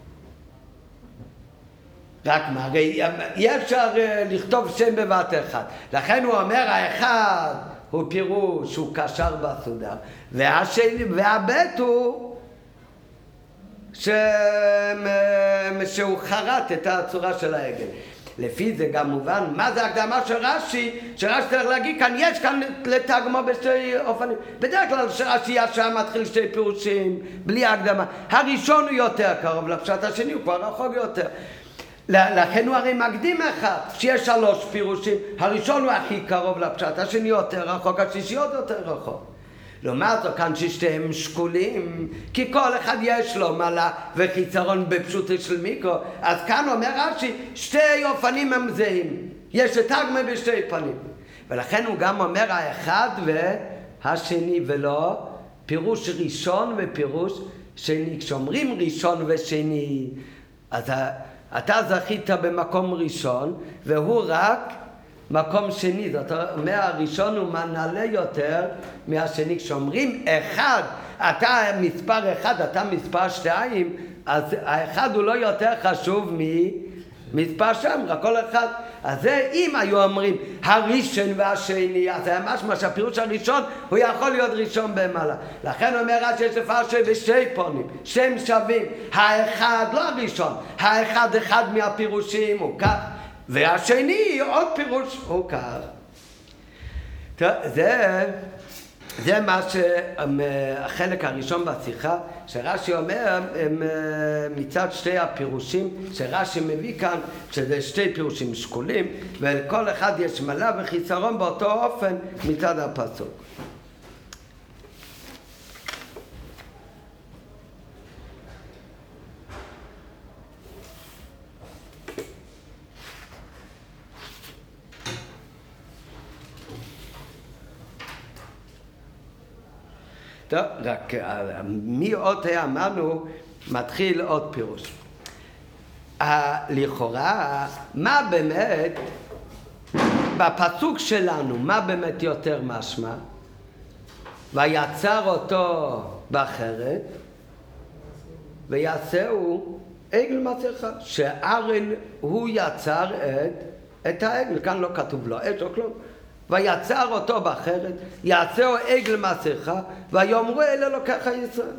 רק מה, הרי אי אפשר לכתוב שם בבת אחד. לכן הוא אומר, האחד הוא פירוש, הוא קשר בסודר, והשני, והבית הוא ש... שהוא חרט את הצורה של העגל. לפי זה גם מובן, מה זה הקדמה של רש"י? שרש"י צריך להגיד כאן, יש כאן לתרגמו בשתי אופנים. בדרך כלל שרש"י ישר מתחיל שתי פירושים, בלי הקדמה. הראשון הוא יותר קרוב לפשט, השני הוא כבר רחוק יותר. לכן הוא הרי מקדים אחד, שיש שלוש פירושים, הראשון הוא הכי קרוב לפשט, השני יותר רחוק, השלישי עוד יותר רחוק. לעומת זאת כאן ששתיהם שקולים, כי כל אחד יש לו מעלה וחיצרון בפשוטו של מיקרו, אז כאן אומר רש"י, שתי אופנים הם זהים, יש לתרגמה בשתי פנים. ולכן הוא גם אומר האחד והשני, ולא פירוש ראשון ופירוש שני. כשאומרים ראשון ושני, אז אתה זכית במקום ראשון, והוא רק מקום שני. זאת אומרת, הראשון הוא מנהלה יותר מהשני. כשאומרים אחד, אתה מספר אחד, אתה מספר שתיים, אז האחד הוא לא יותר חשוב ממספר שם, רק כל אחד. אז זה אם היו אומרים הראשון והשני, אז היה משמע שהפירוש הראשון הוא יכול להיות ראשון במעלה. לכן אומר רש"י שיש לפרש בשתי פונים, שהם שווים. האחד לא הראשון, האחד אחד מהפירושים הוא כך, והשני עוד פירוש הוא כך. זה, זה מה שהחלק הראשון בשיחה, שרש"י אומר מצד שתי הפירושים, שרש"י מביא כאן, שזה שתי פירושים שקולים, ולכל אחד יש מעלה וחיסרון באותו אופן מצד הפסוק. טוב, רק מי עוד אמרנו, מתחיל עוד פירוש. לכאורה, מה באמת, בפסוק שלנו, מה באמת יותר משמע? ויצר אותו באחרת, ויעשהו עגל מסכה, שארן הוא יצר את, את העגל, כאן לא כתוב לו אש או כלום. ויצר אותו באחרת, יעשהו עגל מסכה, ויאמרו אלה לוקח ישראל.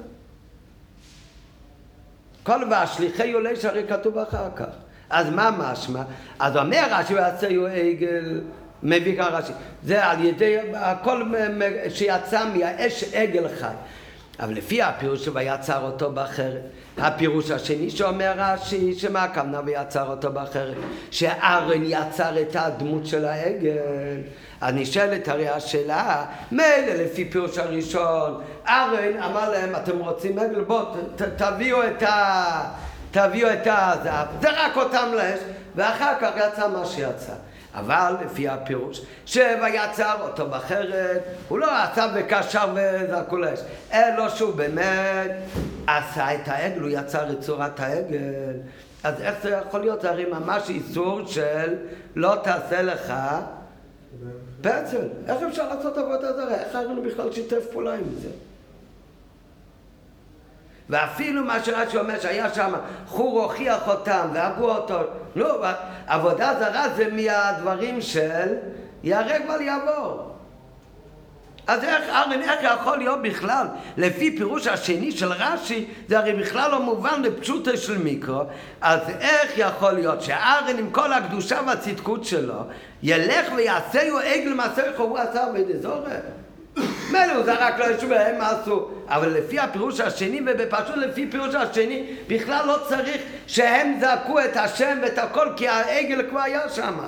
כל והשליחי עולה שהרי כתוב אחר כך. אז מה משמע? אז אומר רש"י ויעשהו עגל, מביא כאן רש"י. זה על ידי הכל שיצא מהאש עגל חי. אבל לפי הפירוש ויצר אותו באחרת, הפירוש השני שאומר רש"י, שמה הכוונה ויצר אותו באחרת? שארן יצר את הדמות של העגל. אז נשאלת הרי השאלה, מילא לפי פירוש הראשון, ארן אמר להם, אתם רוצים עגל? בואו תביאו את ה... תביאו את הזהב, זרק אותם לאש, ואחר כך יצא מה שיצא. אבל לפי הפירוש, שויצר אותו באחרת, הוא לא עשה וקשר וזרקו לאש, אלא שהוא באמת עשה את העגל, הוא יצר את צורת העגל. אז איך זה יכול להיות? הרי ממש איסור של לא תעשה לך פצל. איך אפשר לעשות עבודה זרה? איך אנחנו בכלל שיתף פעולה עם זה? ואפילו מה שרש"י אומר שהיה שם חור הוכיח אותם והגו אותו, לא, עבודה זרה זה מהדברים של יהרג בל יעבור. אז איך, ארן, איך יכול להיות בכלל? לפי פירוש השני של רש"י, זה הרי בכלל לא מובן לפשוטו של מיקרו. אז איך יכול להיות שארן עם כל הקדושה והצדקות שלו, ילך ויעשהו עגל מסך, הוא עשה עבודת זרה? מילא הוא זרק לו ישוב והם עשו, אבל לפי הפירוש השני, ובפשוט לפי פירוש השני, בכלל לא צריך שהם זעקו את השם ואת הכל, כי העגל כבר היה שם.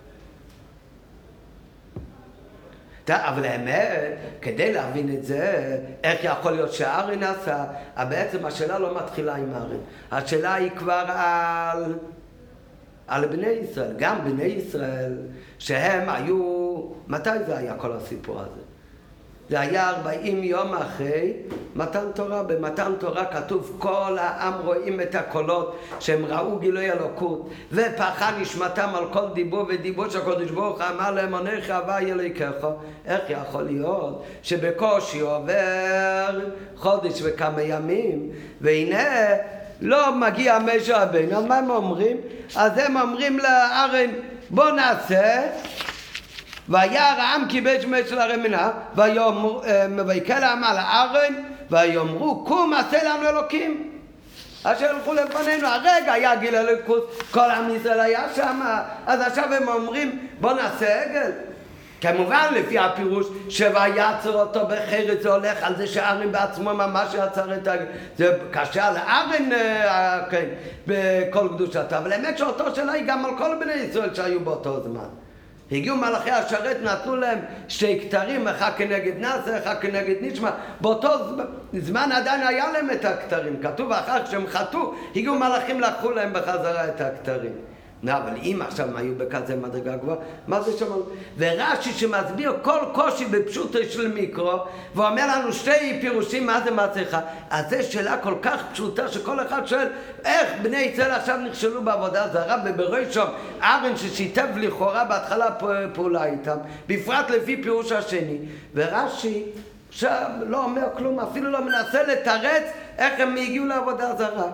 אבל האמת, כדי להבין את זה, איך יכול להיות שארן עשה, בעצם השאלה לא מתחילה עם ארן. השאלה היא כבר על, על בני ישראל. גם בני ישראל, שהם היו, מתי זה היה כל הסיפור הזה? זה היה ארבעים יום אחרי מתן תורה. במתן תורה כתוב כל העם רואים את הקולות שהם ראו גילוי אלוקות ופחה נשמתם על כל דיבור ודיבור שהקדוש ברוך הוא אמר להם עונך אהבה אלוהיך. איך יכול להיות שבקושי עובר חודש וכמה ימים והנה לא מגיע משה רבנו? אז מה הם אומרים? אז הם אומרים לארן בוא נעשה וירא העם כי בית שמש של הרמנה ויקל העם על הארן ויאמרו קום עשה לנו אלוקים אשר הלכו לפנינו. הרגע היה גיל אלוקות, כל עם ישראל היה שם, אז עכשיו הם אומרים בוא נעשה עגל. כמובן לפי הפירוש שויצר אותו בחרץ, זה הולך על זה שארן בעצמו ממש יצר את העגל. זה קשה לארן כן, בכל קדושתו, אבל האמת שאותו שלה היא גם על כל בני ישראל שהיו באותו זמן. הגיעו מלאכי השרת, נתנו להם שתי כתרים, אחד כנגד נאסר, אחד כנגד נשמע. באותו זמן עדיין היה להם את הכתרים. כתוב אחר כשהם חטאו, הגיעו מלאכים, לקחו להם בחזרה את הכתרים. אבל אם עכשיו הם היו בכזה מדרגה גבוהה, מה זה שם? ורש"י שמסביר כל קושי בפשוטו של מיקרו, ואומר לנו שתי פירושים מה זה מצליחה. אז זו שאלה כל כך פשוטה שכל אחד שואל איך בני ישראל עכשיו נכשלו בעבודה זרה, ובראשם ארן ששיתף לכאורה בהתחלה פעולה איתם, בפרט לפי פירוש השני. ורש"י עכשיו לא אומר כלום, אפילו לא מנסה לתרץ איך הם הגיעו לעבודה זרה.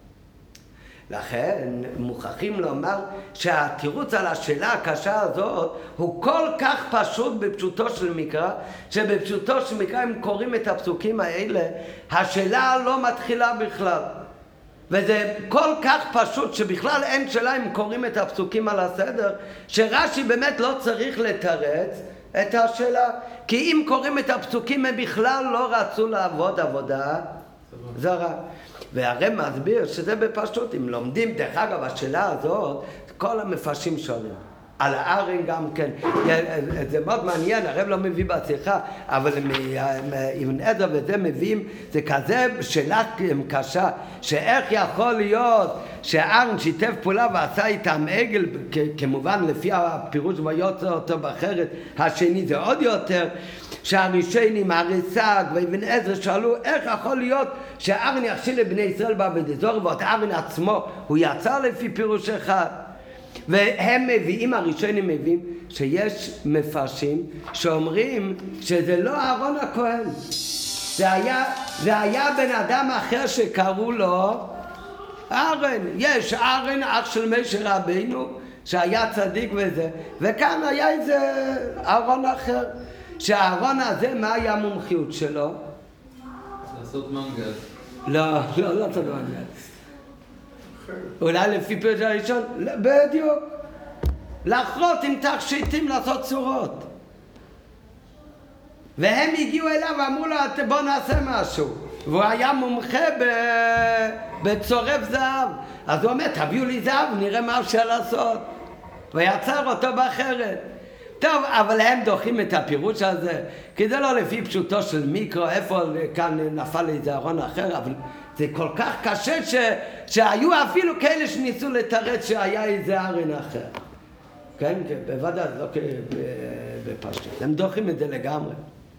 לכן מוכרחים לומר שהתירוץ על השאלה הקשה הזאת הוא כל כך פשוט בפשוטו של מקרא, שבפשוטו של מקרא אם קוראים את הפסוקים האלה השאלה לא מתחילה בכלל, וזה כל כך פשוט שבכלל אין שאלה אם קוראים את הפסוקים על הסדר, שרש"י באמת לא צריך לתרץ את השאלה, כי אם קוראים את הפסוקים הם בכלל לא רצו לעבוד עבודה זרה. והרי מסביר שזה בפשוט, אם לומדים, דרך אגב, השאלה הזאת, כל המפרשים שואלים. על הארן גם כן, זה מאוד מעניין, הרב לא מביא בשיחה, אבל אבן עזרא וזה מביאים, זה כזה שאלה קשה, שאיך יכול להיות שהארן שיתף פעולה ועשה איתם עגל, כמובן לפי הפירוש ויוצר אותו בחרת, השני זה עוד יותר, שהראשונים, הרס"ג ואבן עזרא שאלו איך יכול להיות שהארן יכשיל לבני ישראל בעבודת זרה, ואת הארן עצמו הוא יצא לפי פירוש אחד. והם מביאים, הראשונים מביאים שיש מפרשים שאומרים שזה לא אהרון הכהן, זה היה, זה היה בן אדם אחר שקראו לו אהרון. יש אהרון אח של משה רבנו שהיה צדיק וזה, וכאן היה איזה אהרון אחר, שהאהרון הזה מה היה המומחיות שלו? לעשות מנגל. לא, לא, לא לעשות מנגל. אולי לפי פירוש הראשון, בדיוק, לחרות עם תכשיטים לעשות צורות. והם הגיעו אליו ואמרו לו בוא נעשה משהו, והוא היה מומחה בצורף זהב, אז הוא אומר תביאו לי זהב נראה מה אפשר לעשות, ויצר אותו באחרת. טוב, אבל הם דוחים את הפירוש הזה, כי זה לא לפי פשוטו של מיקרו, איפה כאן נפל איזה ארון אחר, אבל זה כל כך קשה ש... שהיו אפילו כאלה שניסו לתרץ שהיה איזה ארן אחר. כן, בוודאי, לא בפשטות. הם דוחים את זה לגמרי.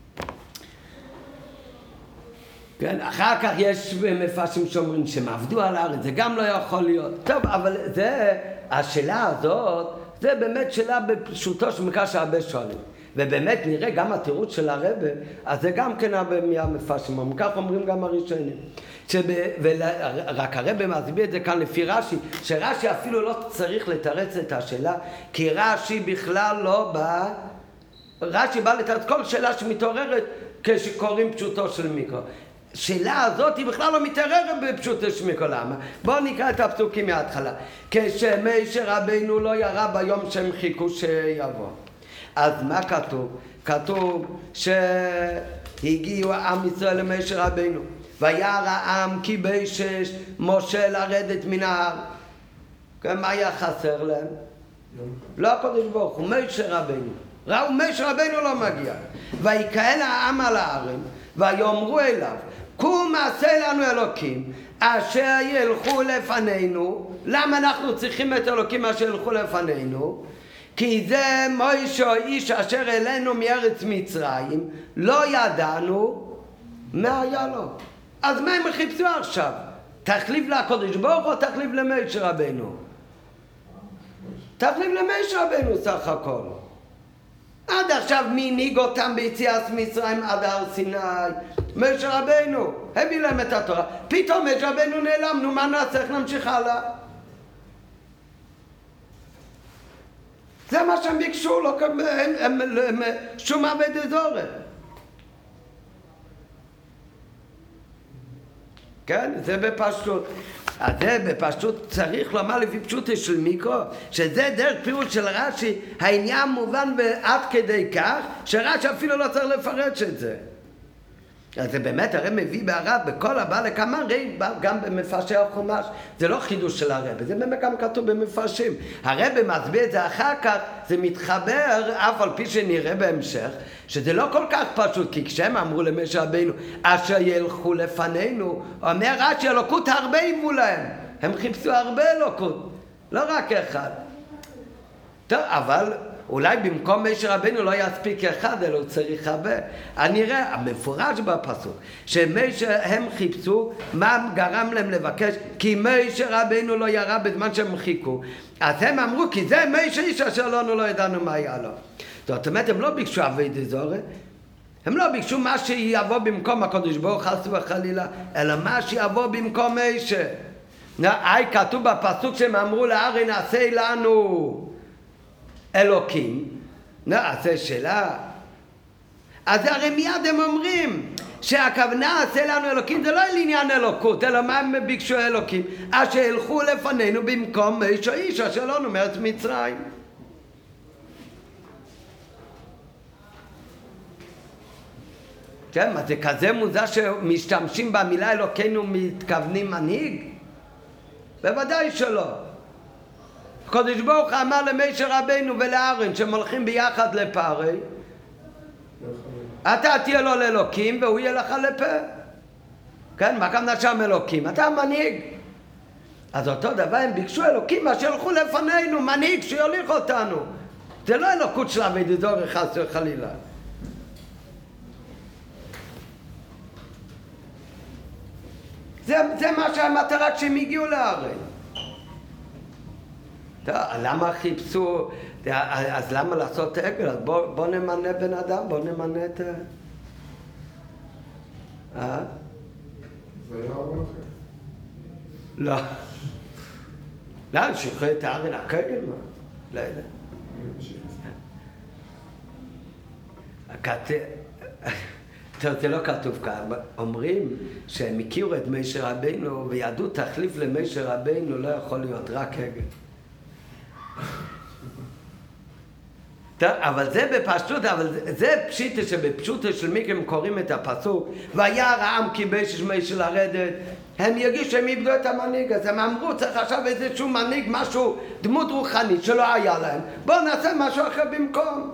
כן, אחר כך יש מפרשים שאומרים שהם עבדו על הארץ, זה גם לא יכול להיות. טוב, אבל זה, השאלה הזאת, זה באמת שאלה בפשוטו שמקרה שהרבה שואלים. ובאמת נראה גם התירוץ של הרבי, אז זה גם כן הרבה מהמפרשים, כך אומרים גם הראשונים. שב, ורק הרבי מסביר את זה כאן לפי רש"י, שרש"י אפילו לא צריך לתרץ את השאלה, כי רש"י בכלל לא בא רש"י בא לתת כל שאלה שמתעוררת כשקוראים פשוטו של מיקרו. השאלה הזאת היא בכלל לא מתערערת בפשוטו של מיקרו. למה? בואו נקרא את הפסוקים מההתחלה. כשמשה רבינו לא ירה ביום שהם חיכו שיבוא. אז מה כתוב? כתוב שהגיעו עם ישראל למשה רבינו. וירא העם כי בישש משה לרדת מן ההר. מה היה חסר להם? לא הקדוש ברוך הוא, משה רבינו. ראו משה רבינו לא מגיע. ויקהל העם על הארץ ויאמרו אליו, קום עשה לנו אלוקים אשר ילכו לפנינו. למה אנחנו צריכים את אלוקים אשר ילכו לפנינו? כי זה מוישה איש אשר אלינו מארץ מצרים, לא ידענו מה היה לו. אז מה הם חיפשו עכשיו? תחליף לקדוש ברוך הוא, תחליף למשה רבינו. תחליף למשה רבינו סך הכל. עד עכשיו מי הנהיג אותם ביציאת מצרים עד הר סיני? משה רבינו. הביא להם את התורה. פתאום משה רבינו נעלם, נו מה נעשה? איך נמשיך הלאה? זה מה שהם ביקשו, לא, הם, הם, הם, הם שום עבד זורע. כן? זה בפשטות. אז זה בפשטות צריך לומר לפי פשוטו של מיקרו, שזה דרך פירוש של רש"י, העניין מובן עד כדי כך, שרש"י אפילו לא צריך לפרש את זה. אז זה באמת הרב מביא בהרב בכל הבא לכמה רי, גם במפרשי החומש. זה לא חידוש של הרב, זה באמת גם כתוב במפרשים. הרב מסביר את זה אחר כך, זה מתחבר אף על פי שנראה בהמשך, שזה לא כל כך פשוט, כי כשהם אמרו למשה רבינו, אשר ילכו לפנינו, אומר רש"י, אלוקות הרבה יבואו להם. הם חיפשו הרבה אלוקות, לא רק אחד. טוב, אבל אולי במקום משה רבינו לא יספיק אחד, אלא הוא צריך הרבה. אני אראה, המפורש בפסוק, שמשה הם חיפשו, מה גרם להם לבקש? כי משה רבינו לא ירה בזמן שהם חיכו. אז הם אמרו, כי זה משה איש אשר לנו לא ידענו מה היה לו. זאת אומרת, הם לא ביקשו עבודת זרה, הם לא ביקשו מה שיבוא במקום הקדוש ברוך הוא חס וחלילה, אלא מה שיבוא במקום משה. היי, כתוב בפסוק שהם אמרו לארון, עשה לנו אלוקים. נו, אז זה שאלה. אז הרי מיד הם אומרים שהכוונה עשה לנו אלוקים זה לא לעניין אלוקות, אלא מה הם ביקשו אלוקים? אשר ילכו לפנינו במקום משה איש אשר לנו מארץ מצרים. כן, מה זה כזה מוזר שמשתמשים במילה אלוקינו מתכוונים מנהיג? בוודאי שלא. הקדוש ברוך הוא אמר למשה רבינו ולארון שהם הולכים ביחד לפרי, אתה תהיה לו לאלוקים והוא יהיה לך לפה. כן, מה כמובן שם אלוקים? אתה מנהיג. אז אותו דבר הם ביקשו אלוקים אשר ילכו לפנינו, מנהיג שיוליך אותנו. זה לא אלוקות של עבודת זרה חס וחלילה. זה, זה מה שהמטרה כשהם הגיעו לארון. למה חיפשו, אז למה לעשות עגל? אז בוא, בוא נמנה בן אדם, בוא נמנה את... אה? זה היה ארון אחר. לא. לא, שחרר את הארון הכגל, מה? לא יודע. טוב, זה לא כתוב כאן. אומרים שהם הכירו את משה רבינו, וידעו תחליף למשה רבינו לא יכול להיות רק עגל. טוב, אבל זה בפשטות, אבל זה, זה פשיטה שבפשוטה של מיקרו הם קוראים את הפסוק וירא העם כי בישש משה לרדת. הם יגישו שהם איבדו את המנהיג, אז הם אמרו צריך עכשיו איזשהו מנהיג, משהו, דמות רוחנית שלא היה להם, בואו נעשה משהו אחר במקום.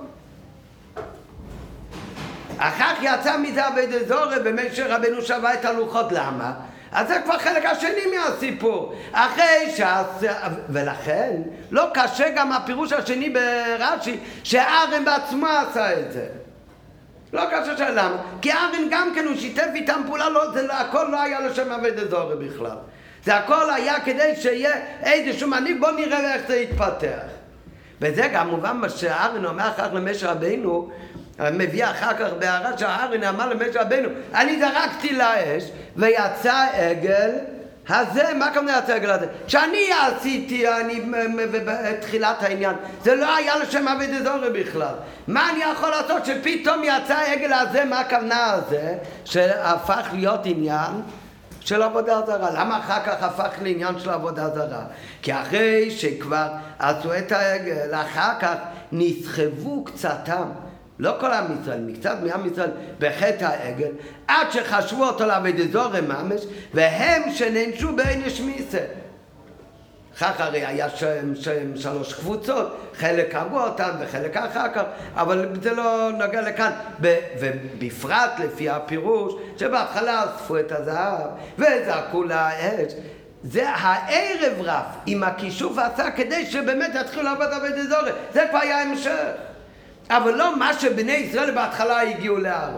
אחר כך יצא מזה עבודת זרה ומשה רבינו שבה את הלוחות. למה? אז זה כבר חלק השני מהסיפור. אחרי ש... ולכן לא קשה גם הפירוש השני ברש"י שארון בעצמו עשה את זה. לא קשה של למה? כי ארון גם כן הוא שיתף איתם פעולה, לא, זה הכל לא היה לשם עבודת זרה בכלל. זה הכל היה כדי שיהיה איזשהו מנהיג, בוא נראה איך זה יתפתח. וזה גם מובן מה שארון אומר אחר כך למשה רבינו, מביא אחר כך בהערה שהארון אמר למשה רבינו, אני זרקתי לאש ויצא עגל אז זה, מה הכוונה העגל הזה? שאני עשיתי, אני בתחילת העניין, זה לא היה לשם עבודת זרה בכלל. מה אני יכול לעשות שפתאום יצא העגל הזה, מה הכוונה הזה, שהפך להיות עניין של עבודה זרה? למה אחר כך הפך לעניין של עבודה זרה? כי אחרי שכבר עשו את העגל, אחר כך נסחבו קצתם, לא כל עם ישראל, מקצת מעם ישראל בחטא העגל, עד שחשבו אותו לעבודת זרה ממש, והם שנענשו בעונש מיתה. כך הרי היה שם, שם שלוש קבוצות, חלק הרגו אותם וחלק אחר כך, אבל זה לא נוגע לכאן. ובפרט לפי הפירוש, שבהתחלה אספו את הזהב וזרקו לאש. זה הערב רב עם הכישוף עשה כדי שבאמת יתחילו לעבוד עבודת זרה. זה כבר היה המשך. אבל לא מה שבני ישראל בהתחלה הגיעו לערב.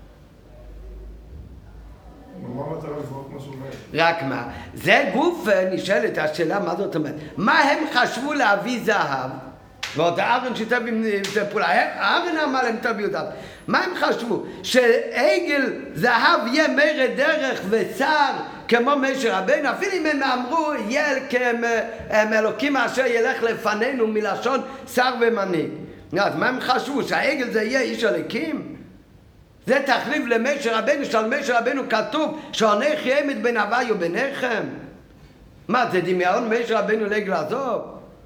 מה מטרה לפרוק משהו מהם? רק מה? זה גוף, נשאלת השאלה מה זאת אומרת. מה הם חשבו להביא זהב? ועוד אהרן שתביא זה פעולה. אהרן אמר להם תביאו זהב. מה הם חשבו? שעגל זהב יהיה מרד דרך ושר כמו משה רבנו? אפילו אם הם אמרו יהיה כאלוקים אשר ילך לפנינו מלשון שר ומנהיג. אז מה הם חשבו? שהעגל זה יהיה איש אלוקים? זה תחליף למשה רבנו, שעל משה רבנו כתוב שעונך ימת בין הווי וביניכם. מה, זה דמיון משה רבנו לעגל עזוב?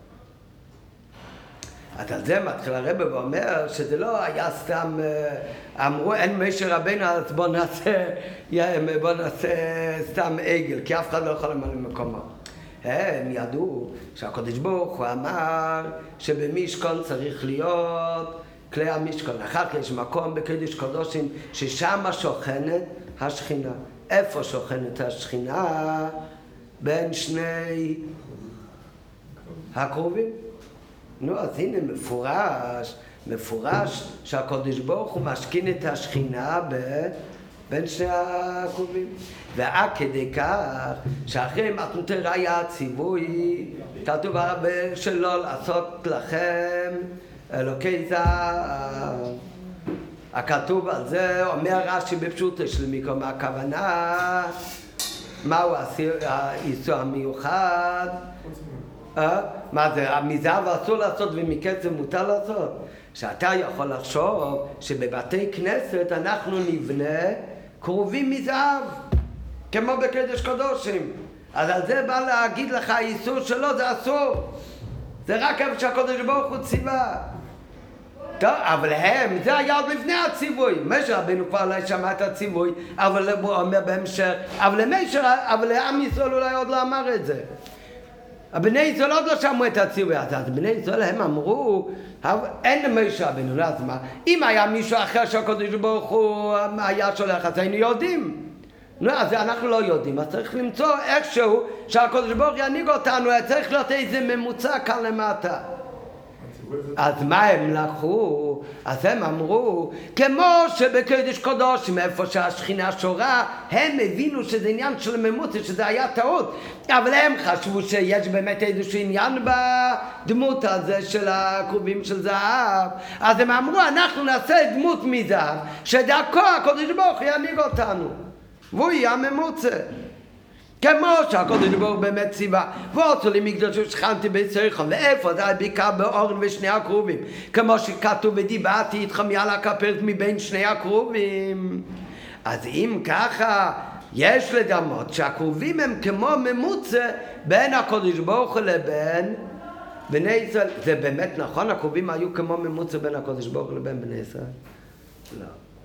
אז על זה מתחיל הרב ואומר שזה לא היה סתם, אמרו אין משה רבנו אז בוא נעשה, בוא נעשה סתם עגל, כי אף אחד לא יכול למלא מקומו. הם ידעו שהקדוש ברוך הוא אמר שבמשכן צריך להיות כלי המשכן. אחר כך יש מקום בקודש קודשים ששם שוכנת השכינה. איפה שוכנת השכינה? בין שני הקרובים. נו, אז הנה מפורש, מפורש שהקדוש ברוך הוא משכין את השכינה ב... בין שני הקרובים. ועד כדי כך שאחרי מתנות ראיה הציווי כתוב הרבה שלא לעשות לכם אלוקי זהב. הכתוב על זה אומר רש"י בפשוטו של מקום הכוונה מהו האיסור המיוחד? מה זה? מזהב אסור לעשות ומקצף מותר לעשות? שאתה יכול לחשוב שבבתי כנסת אנחנו נבנה קרובים מזהב כמו בקודש קודשים. אז על זה בא להגיד לך האיסור שלו זה אסור, זה רק איפה שהקדוש ברוך הוא ציווה. טוב, אבל הם, זה היה עוד לפני הציווי. משה רבנו כבר לא שמע את הציווי, אבל הוא אומר בהמשך, אבל למשה, אבל לעם ישראל אולי עוד לא אמר את זה. הבני ישראל עוד לא שמעו את הציווי הזה, אז בני ישראל הם אמרו, אין למשה רבנו, אז מה? אם היה מישהו אחר שהקדוש ברוך הוא היה שולח, אז היינו יודעים. נו, אז אנחנו לא יודעים, אז צריך למצוא איכשהו שהקדוש ברוך הוא ינהיג אותנו, צריך להיות איזה ממוצע כאן למטה. אז מה הם לקחו? אז הם אמרו, כמו שבקודש קודשים, איפה שהשכינה שורה, הם הבינו שזה עניין של ממוצע, שזה היה טעות. אבל הם חשבו שיש באמת איזשהו עניין בדמות הזה של הקרובים של זהב. אז הם אמרו, אנחנו נעשה דמות מזהב, שדרכו הקדוש ברוך הוא ינהיג אותנו. והוא יהיה ממוצע. כמו שהקדוש ברוך הוא באמת ציווה, ועשו לי מקדש ושכנתי ביצריכם, ואיפה זה בעיקר באורן ושני הקרובים, כמו שכתוב ודיברתי איתכם יאללה הכפרת מבין שני הקרובים. אז אם ככה יש לדמות שהקרובים הם כמו ממוצע בין הקדוש ברוך הוא לבין בני ישראל. זה באמת נכון? הקרובים היו כמו ממוצע בין הקדוש ברוך הוא לבין בני ישראל? לא.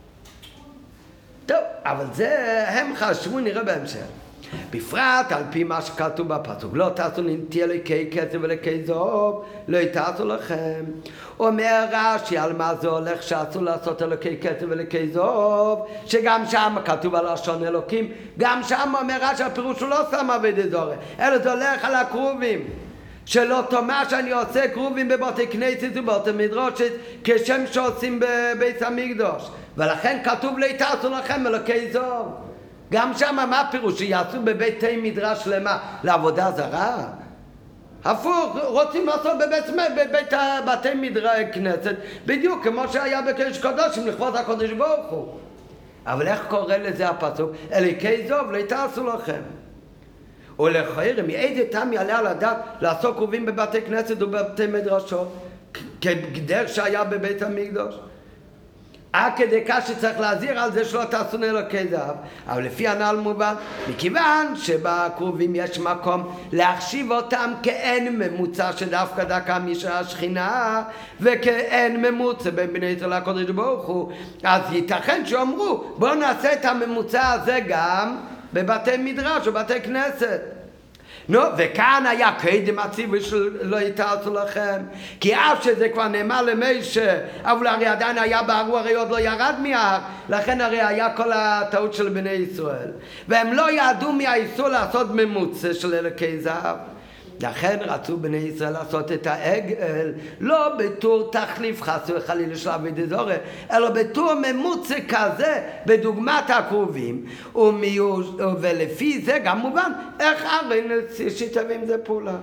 טוב, אבל זה הם חשבו, נראה בהמשך. בפרט על פי מה שכתוב בפסוק, לא תעשו נטי אלוקי כסף ואלוקי זהב, לא תעשו לכם. אומר רש"י על מה זה הולך שאסור לעשות אלוקי כסף ואלוקי זהב, שגם שם כתוב על לשון אלוקים, גם שם אומר רש"י הפירוש הוא לא שם עבודת זרה, אלא זה הולך על הקרובים. שלא תאמר שאני עושה קרובים בבתי כנסת ובבתי מדרשות כשם שעושים בבית המקדש, ולכן כתוב לא תעשו לכם אלוקי זהב. גם שם מה הפירוש? שיעשו בביתי מדרש למה? לעבודה זרה? הפוך, רוצים לעשות בבית, בבית בתי מדרש כנסת בדיוק כמו שהיה בקודש קודשים לכבוד הקדוש ברוך הוא. אבל איך קורא לזה הפסוק? אלוקי זהב לא תעשו לכם. ולכן מאיזה טעם יעלה על הדעת לעשות קרובים בבתי כנסת ובבתי מדרשות כדרך שהיה בבית המקדש? עד כדי כך שצריך להזהיר על זה שלא תעשו אלוקי זהב. אבל לפי הנ"ל מובן, מכיוון שבקרובים יש מקום להחשיב אותם כאין ממוצע שדווקא דקה משל השכינה וכאין ממוצע בין בני ישראל לקדוש ברוך הוא, אז ייתכן שאומרו בואו נעשה את הממוצע הזה גם בבתי מדרש ובתי כנסת. נו, וכאן היה קדם הציווי של לא יתעשו לכם, כי אף שזה כבר נאמר למשה, אבל הרי עדיין היה בהר, הרי עוד לא ירד מההר, לכן הרי היה כל הטעות של בני ישראל, והם לא ידעו מהאיסור לעשות ממוצע של אלוקי זהב. לכן רצו בני ישראל לעשות את העגל לא בתור תחליף חס וחלילה של עבודת זרה, אלא בתור ממוצע כזה בדוגמת הקרובים, ולפי זה גם מובן איך ארון שיתף עם זה פעולה.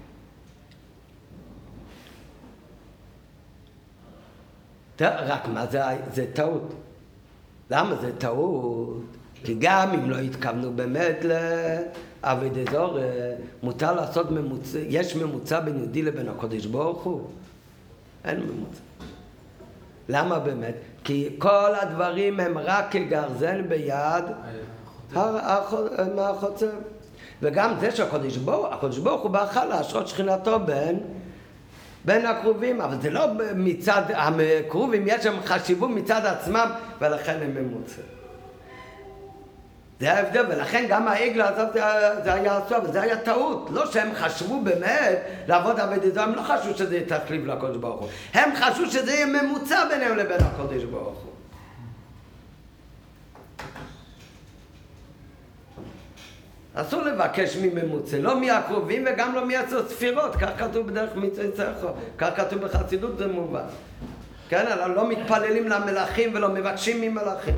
רק מה זה, זה טעות. למה זה טעות? כי גם אם לא התכוונו באמת לעבודת זרה, מותר לעשות ממוצע, יש ממוצע בין יהודי לבין הקדוש ברוך הוא? אין ממוצע. למה באמת? כי כל הדברים הם רק כגרזן ביד מהחוצר. וגם זה שהקדוש ברוך, הקדוש ברוך הוא בחר להשרות שכינתו בין בין הקרובים, אבל זה לא מצד, הקרובים יש שם חשיבות מצד עצמם, ולכן הם ממוצע. זה ההבדל, ולכן גם העגל הזאת זה היה אסור, אבל זה היה טעות. לא שהם חשבו באמת לעבוד עבודת זרה, הם לא חשבו שזה יהיה תחליף לקדוש ברוך הוא. הם חשבו שזה יהיה ממוצע ביניהם לבין הקדוש ברוך הוא. אסור לבקש מממוצע, לא מהקרובים וגם לא מעשר ספירות, כך כתוב בדרך מצווה יצחק, כך כתוב בחסידות, זה מובן. כן, לא מתפללים למלאכים ולא מבקשים ממלאכים.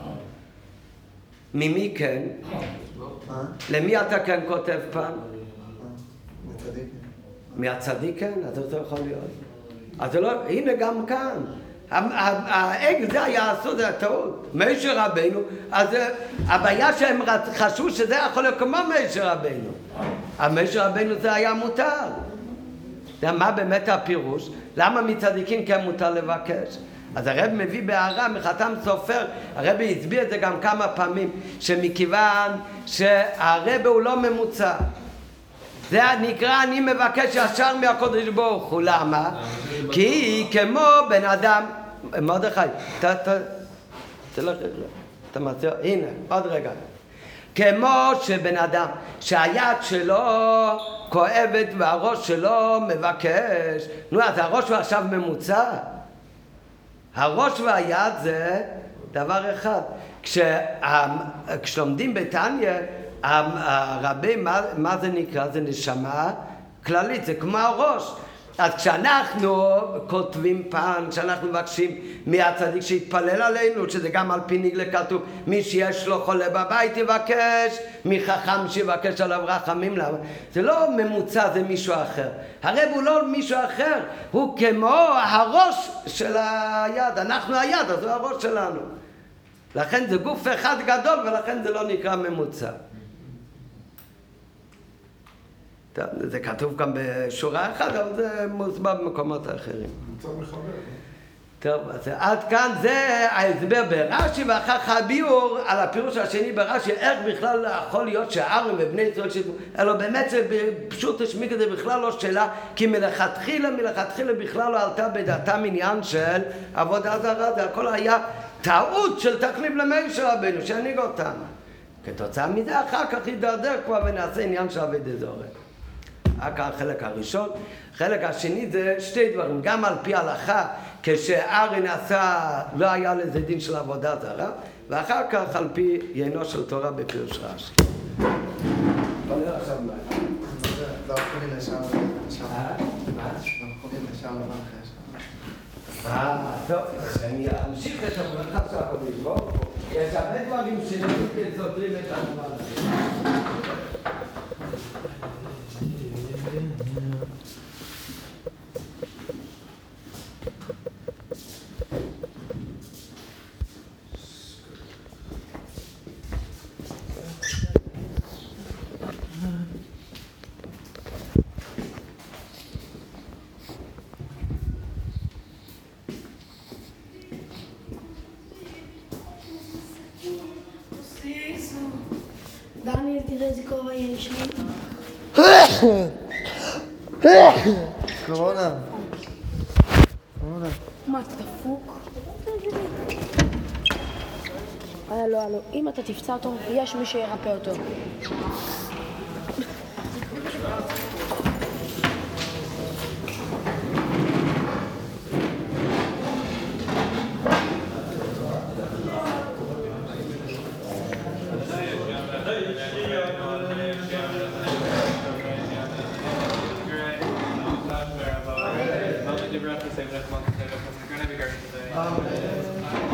ממי כן? למי אתה כן כותב פעם? מהצדיק. מהצדיק כן? אז זה יכול להיות. אז זה לא, הנה גם כאן. העגל זה היה אסור, זה הטעות. משה רבינו, אז הבעיה שהם חשבו שזה יכול להיות כמו משה רבינו. משה רבינו זה היה מותר. מה באמת הפירוש? למה מצדיקים כן מותר לבקש? אז הרב מביא בהערה מחתם סופר, הרב הסביר את זה גם כמה פעמים, שמכיוון שהרב הוא לא ממוצע. זה נקרא אני מבקש ישר מהקדוש ברוך הוא. למה? כי כמו בן אדם, מרדכי, אתה, אתה, תלך, אתה מציע, הנה, עוד רגע. כמו שבן אדם שהיד שלו כואבת והראש שלו מבקש, נו אז הראש הוא עכשיו ממוצע. הראש והיד זה דבר אחד. כשה, כשלומדים בתניא, הרבי, מה, מה זה נקרא? זה נשמה כללית, זה כמו הראש. אז כשאנחנו כותבים פעם, כשאנחנו מבקשים מהצדיק שיתפלל עלינו, שזה גם על פי נגלה כתוב, מי שיש לו חולה בבית יבקש, מי חכם שיבקש עליו רחמים. למה? זה לא ממוצע, זה מישהו אחר. הרב הוא לא מישהו אחר, הוא כמו הראש של היד. אנחנו היד, אז הוא הראש שלנו. לכן זה גוף אחד גדול, ולכן זה לא נקרא ממוצע. זה כתוב גם בשורה אחת, אבל זה מוסבר במקומות האחרים. מצב מחבר. טוב, אז עד כאן זה ההסבר ברש"י, ואחר כך הביאור על הפירוש השני ברש"י, איך בכלל יכול להיות שארון ובני ישראל שיתפו, אלא באמת זה פשוט השמיק את זה בכלל לא שאלה, כי מלכתחילה, מלכתחילה בכלל לא עלתה בדעתם עניין של עבודה זרה, זה הכל היה טעות של תחליף למשה רבינו, שהנהיג אותם. כתוצאה מזה אחר כך יידרדר כבר ונעשה עניין של עבודת זרה. רק החלק הראשון. חלק השני זה שתי דברים, גם על פי הלכה, כשארון עשה, לא היה לזה דין של עבודה זרה, ואחר כך על פי יינו של תורה בפירוש רש"י. בואו עכשיו מה? לא יכולים לשם לבן. אה? מה? לא יכולים לשם לבן אחרי שם. אה, טוב, אני אמשיך את הברכה של הקודש ברוך הוא. יש הרבה דברים שנראים כסותרים את הדבר הזה. Uh... תראה איזה כובע יש לי. קורונה. קורונה. מה, אתה דפוק? הלו, הלו, אם אתה תפצע אותו, יש מי שירפא אותו. Amen.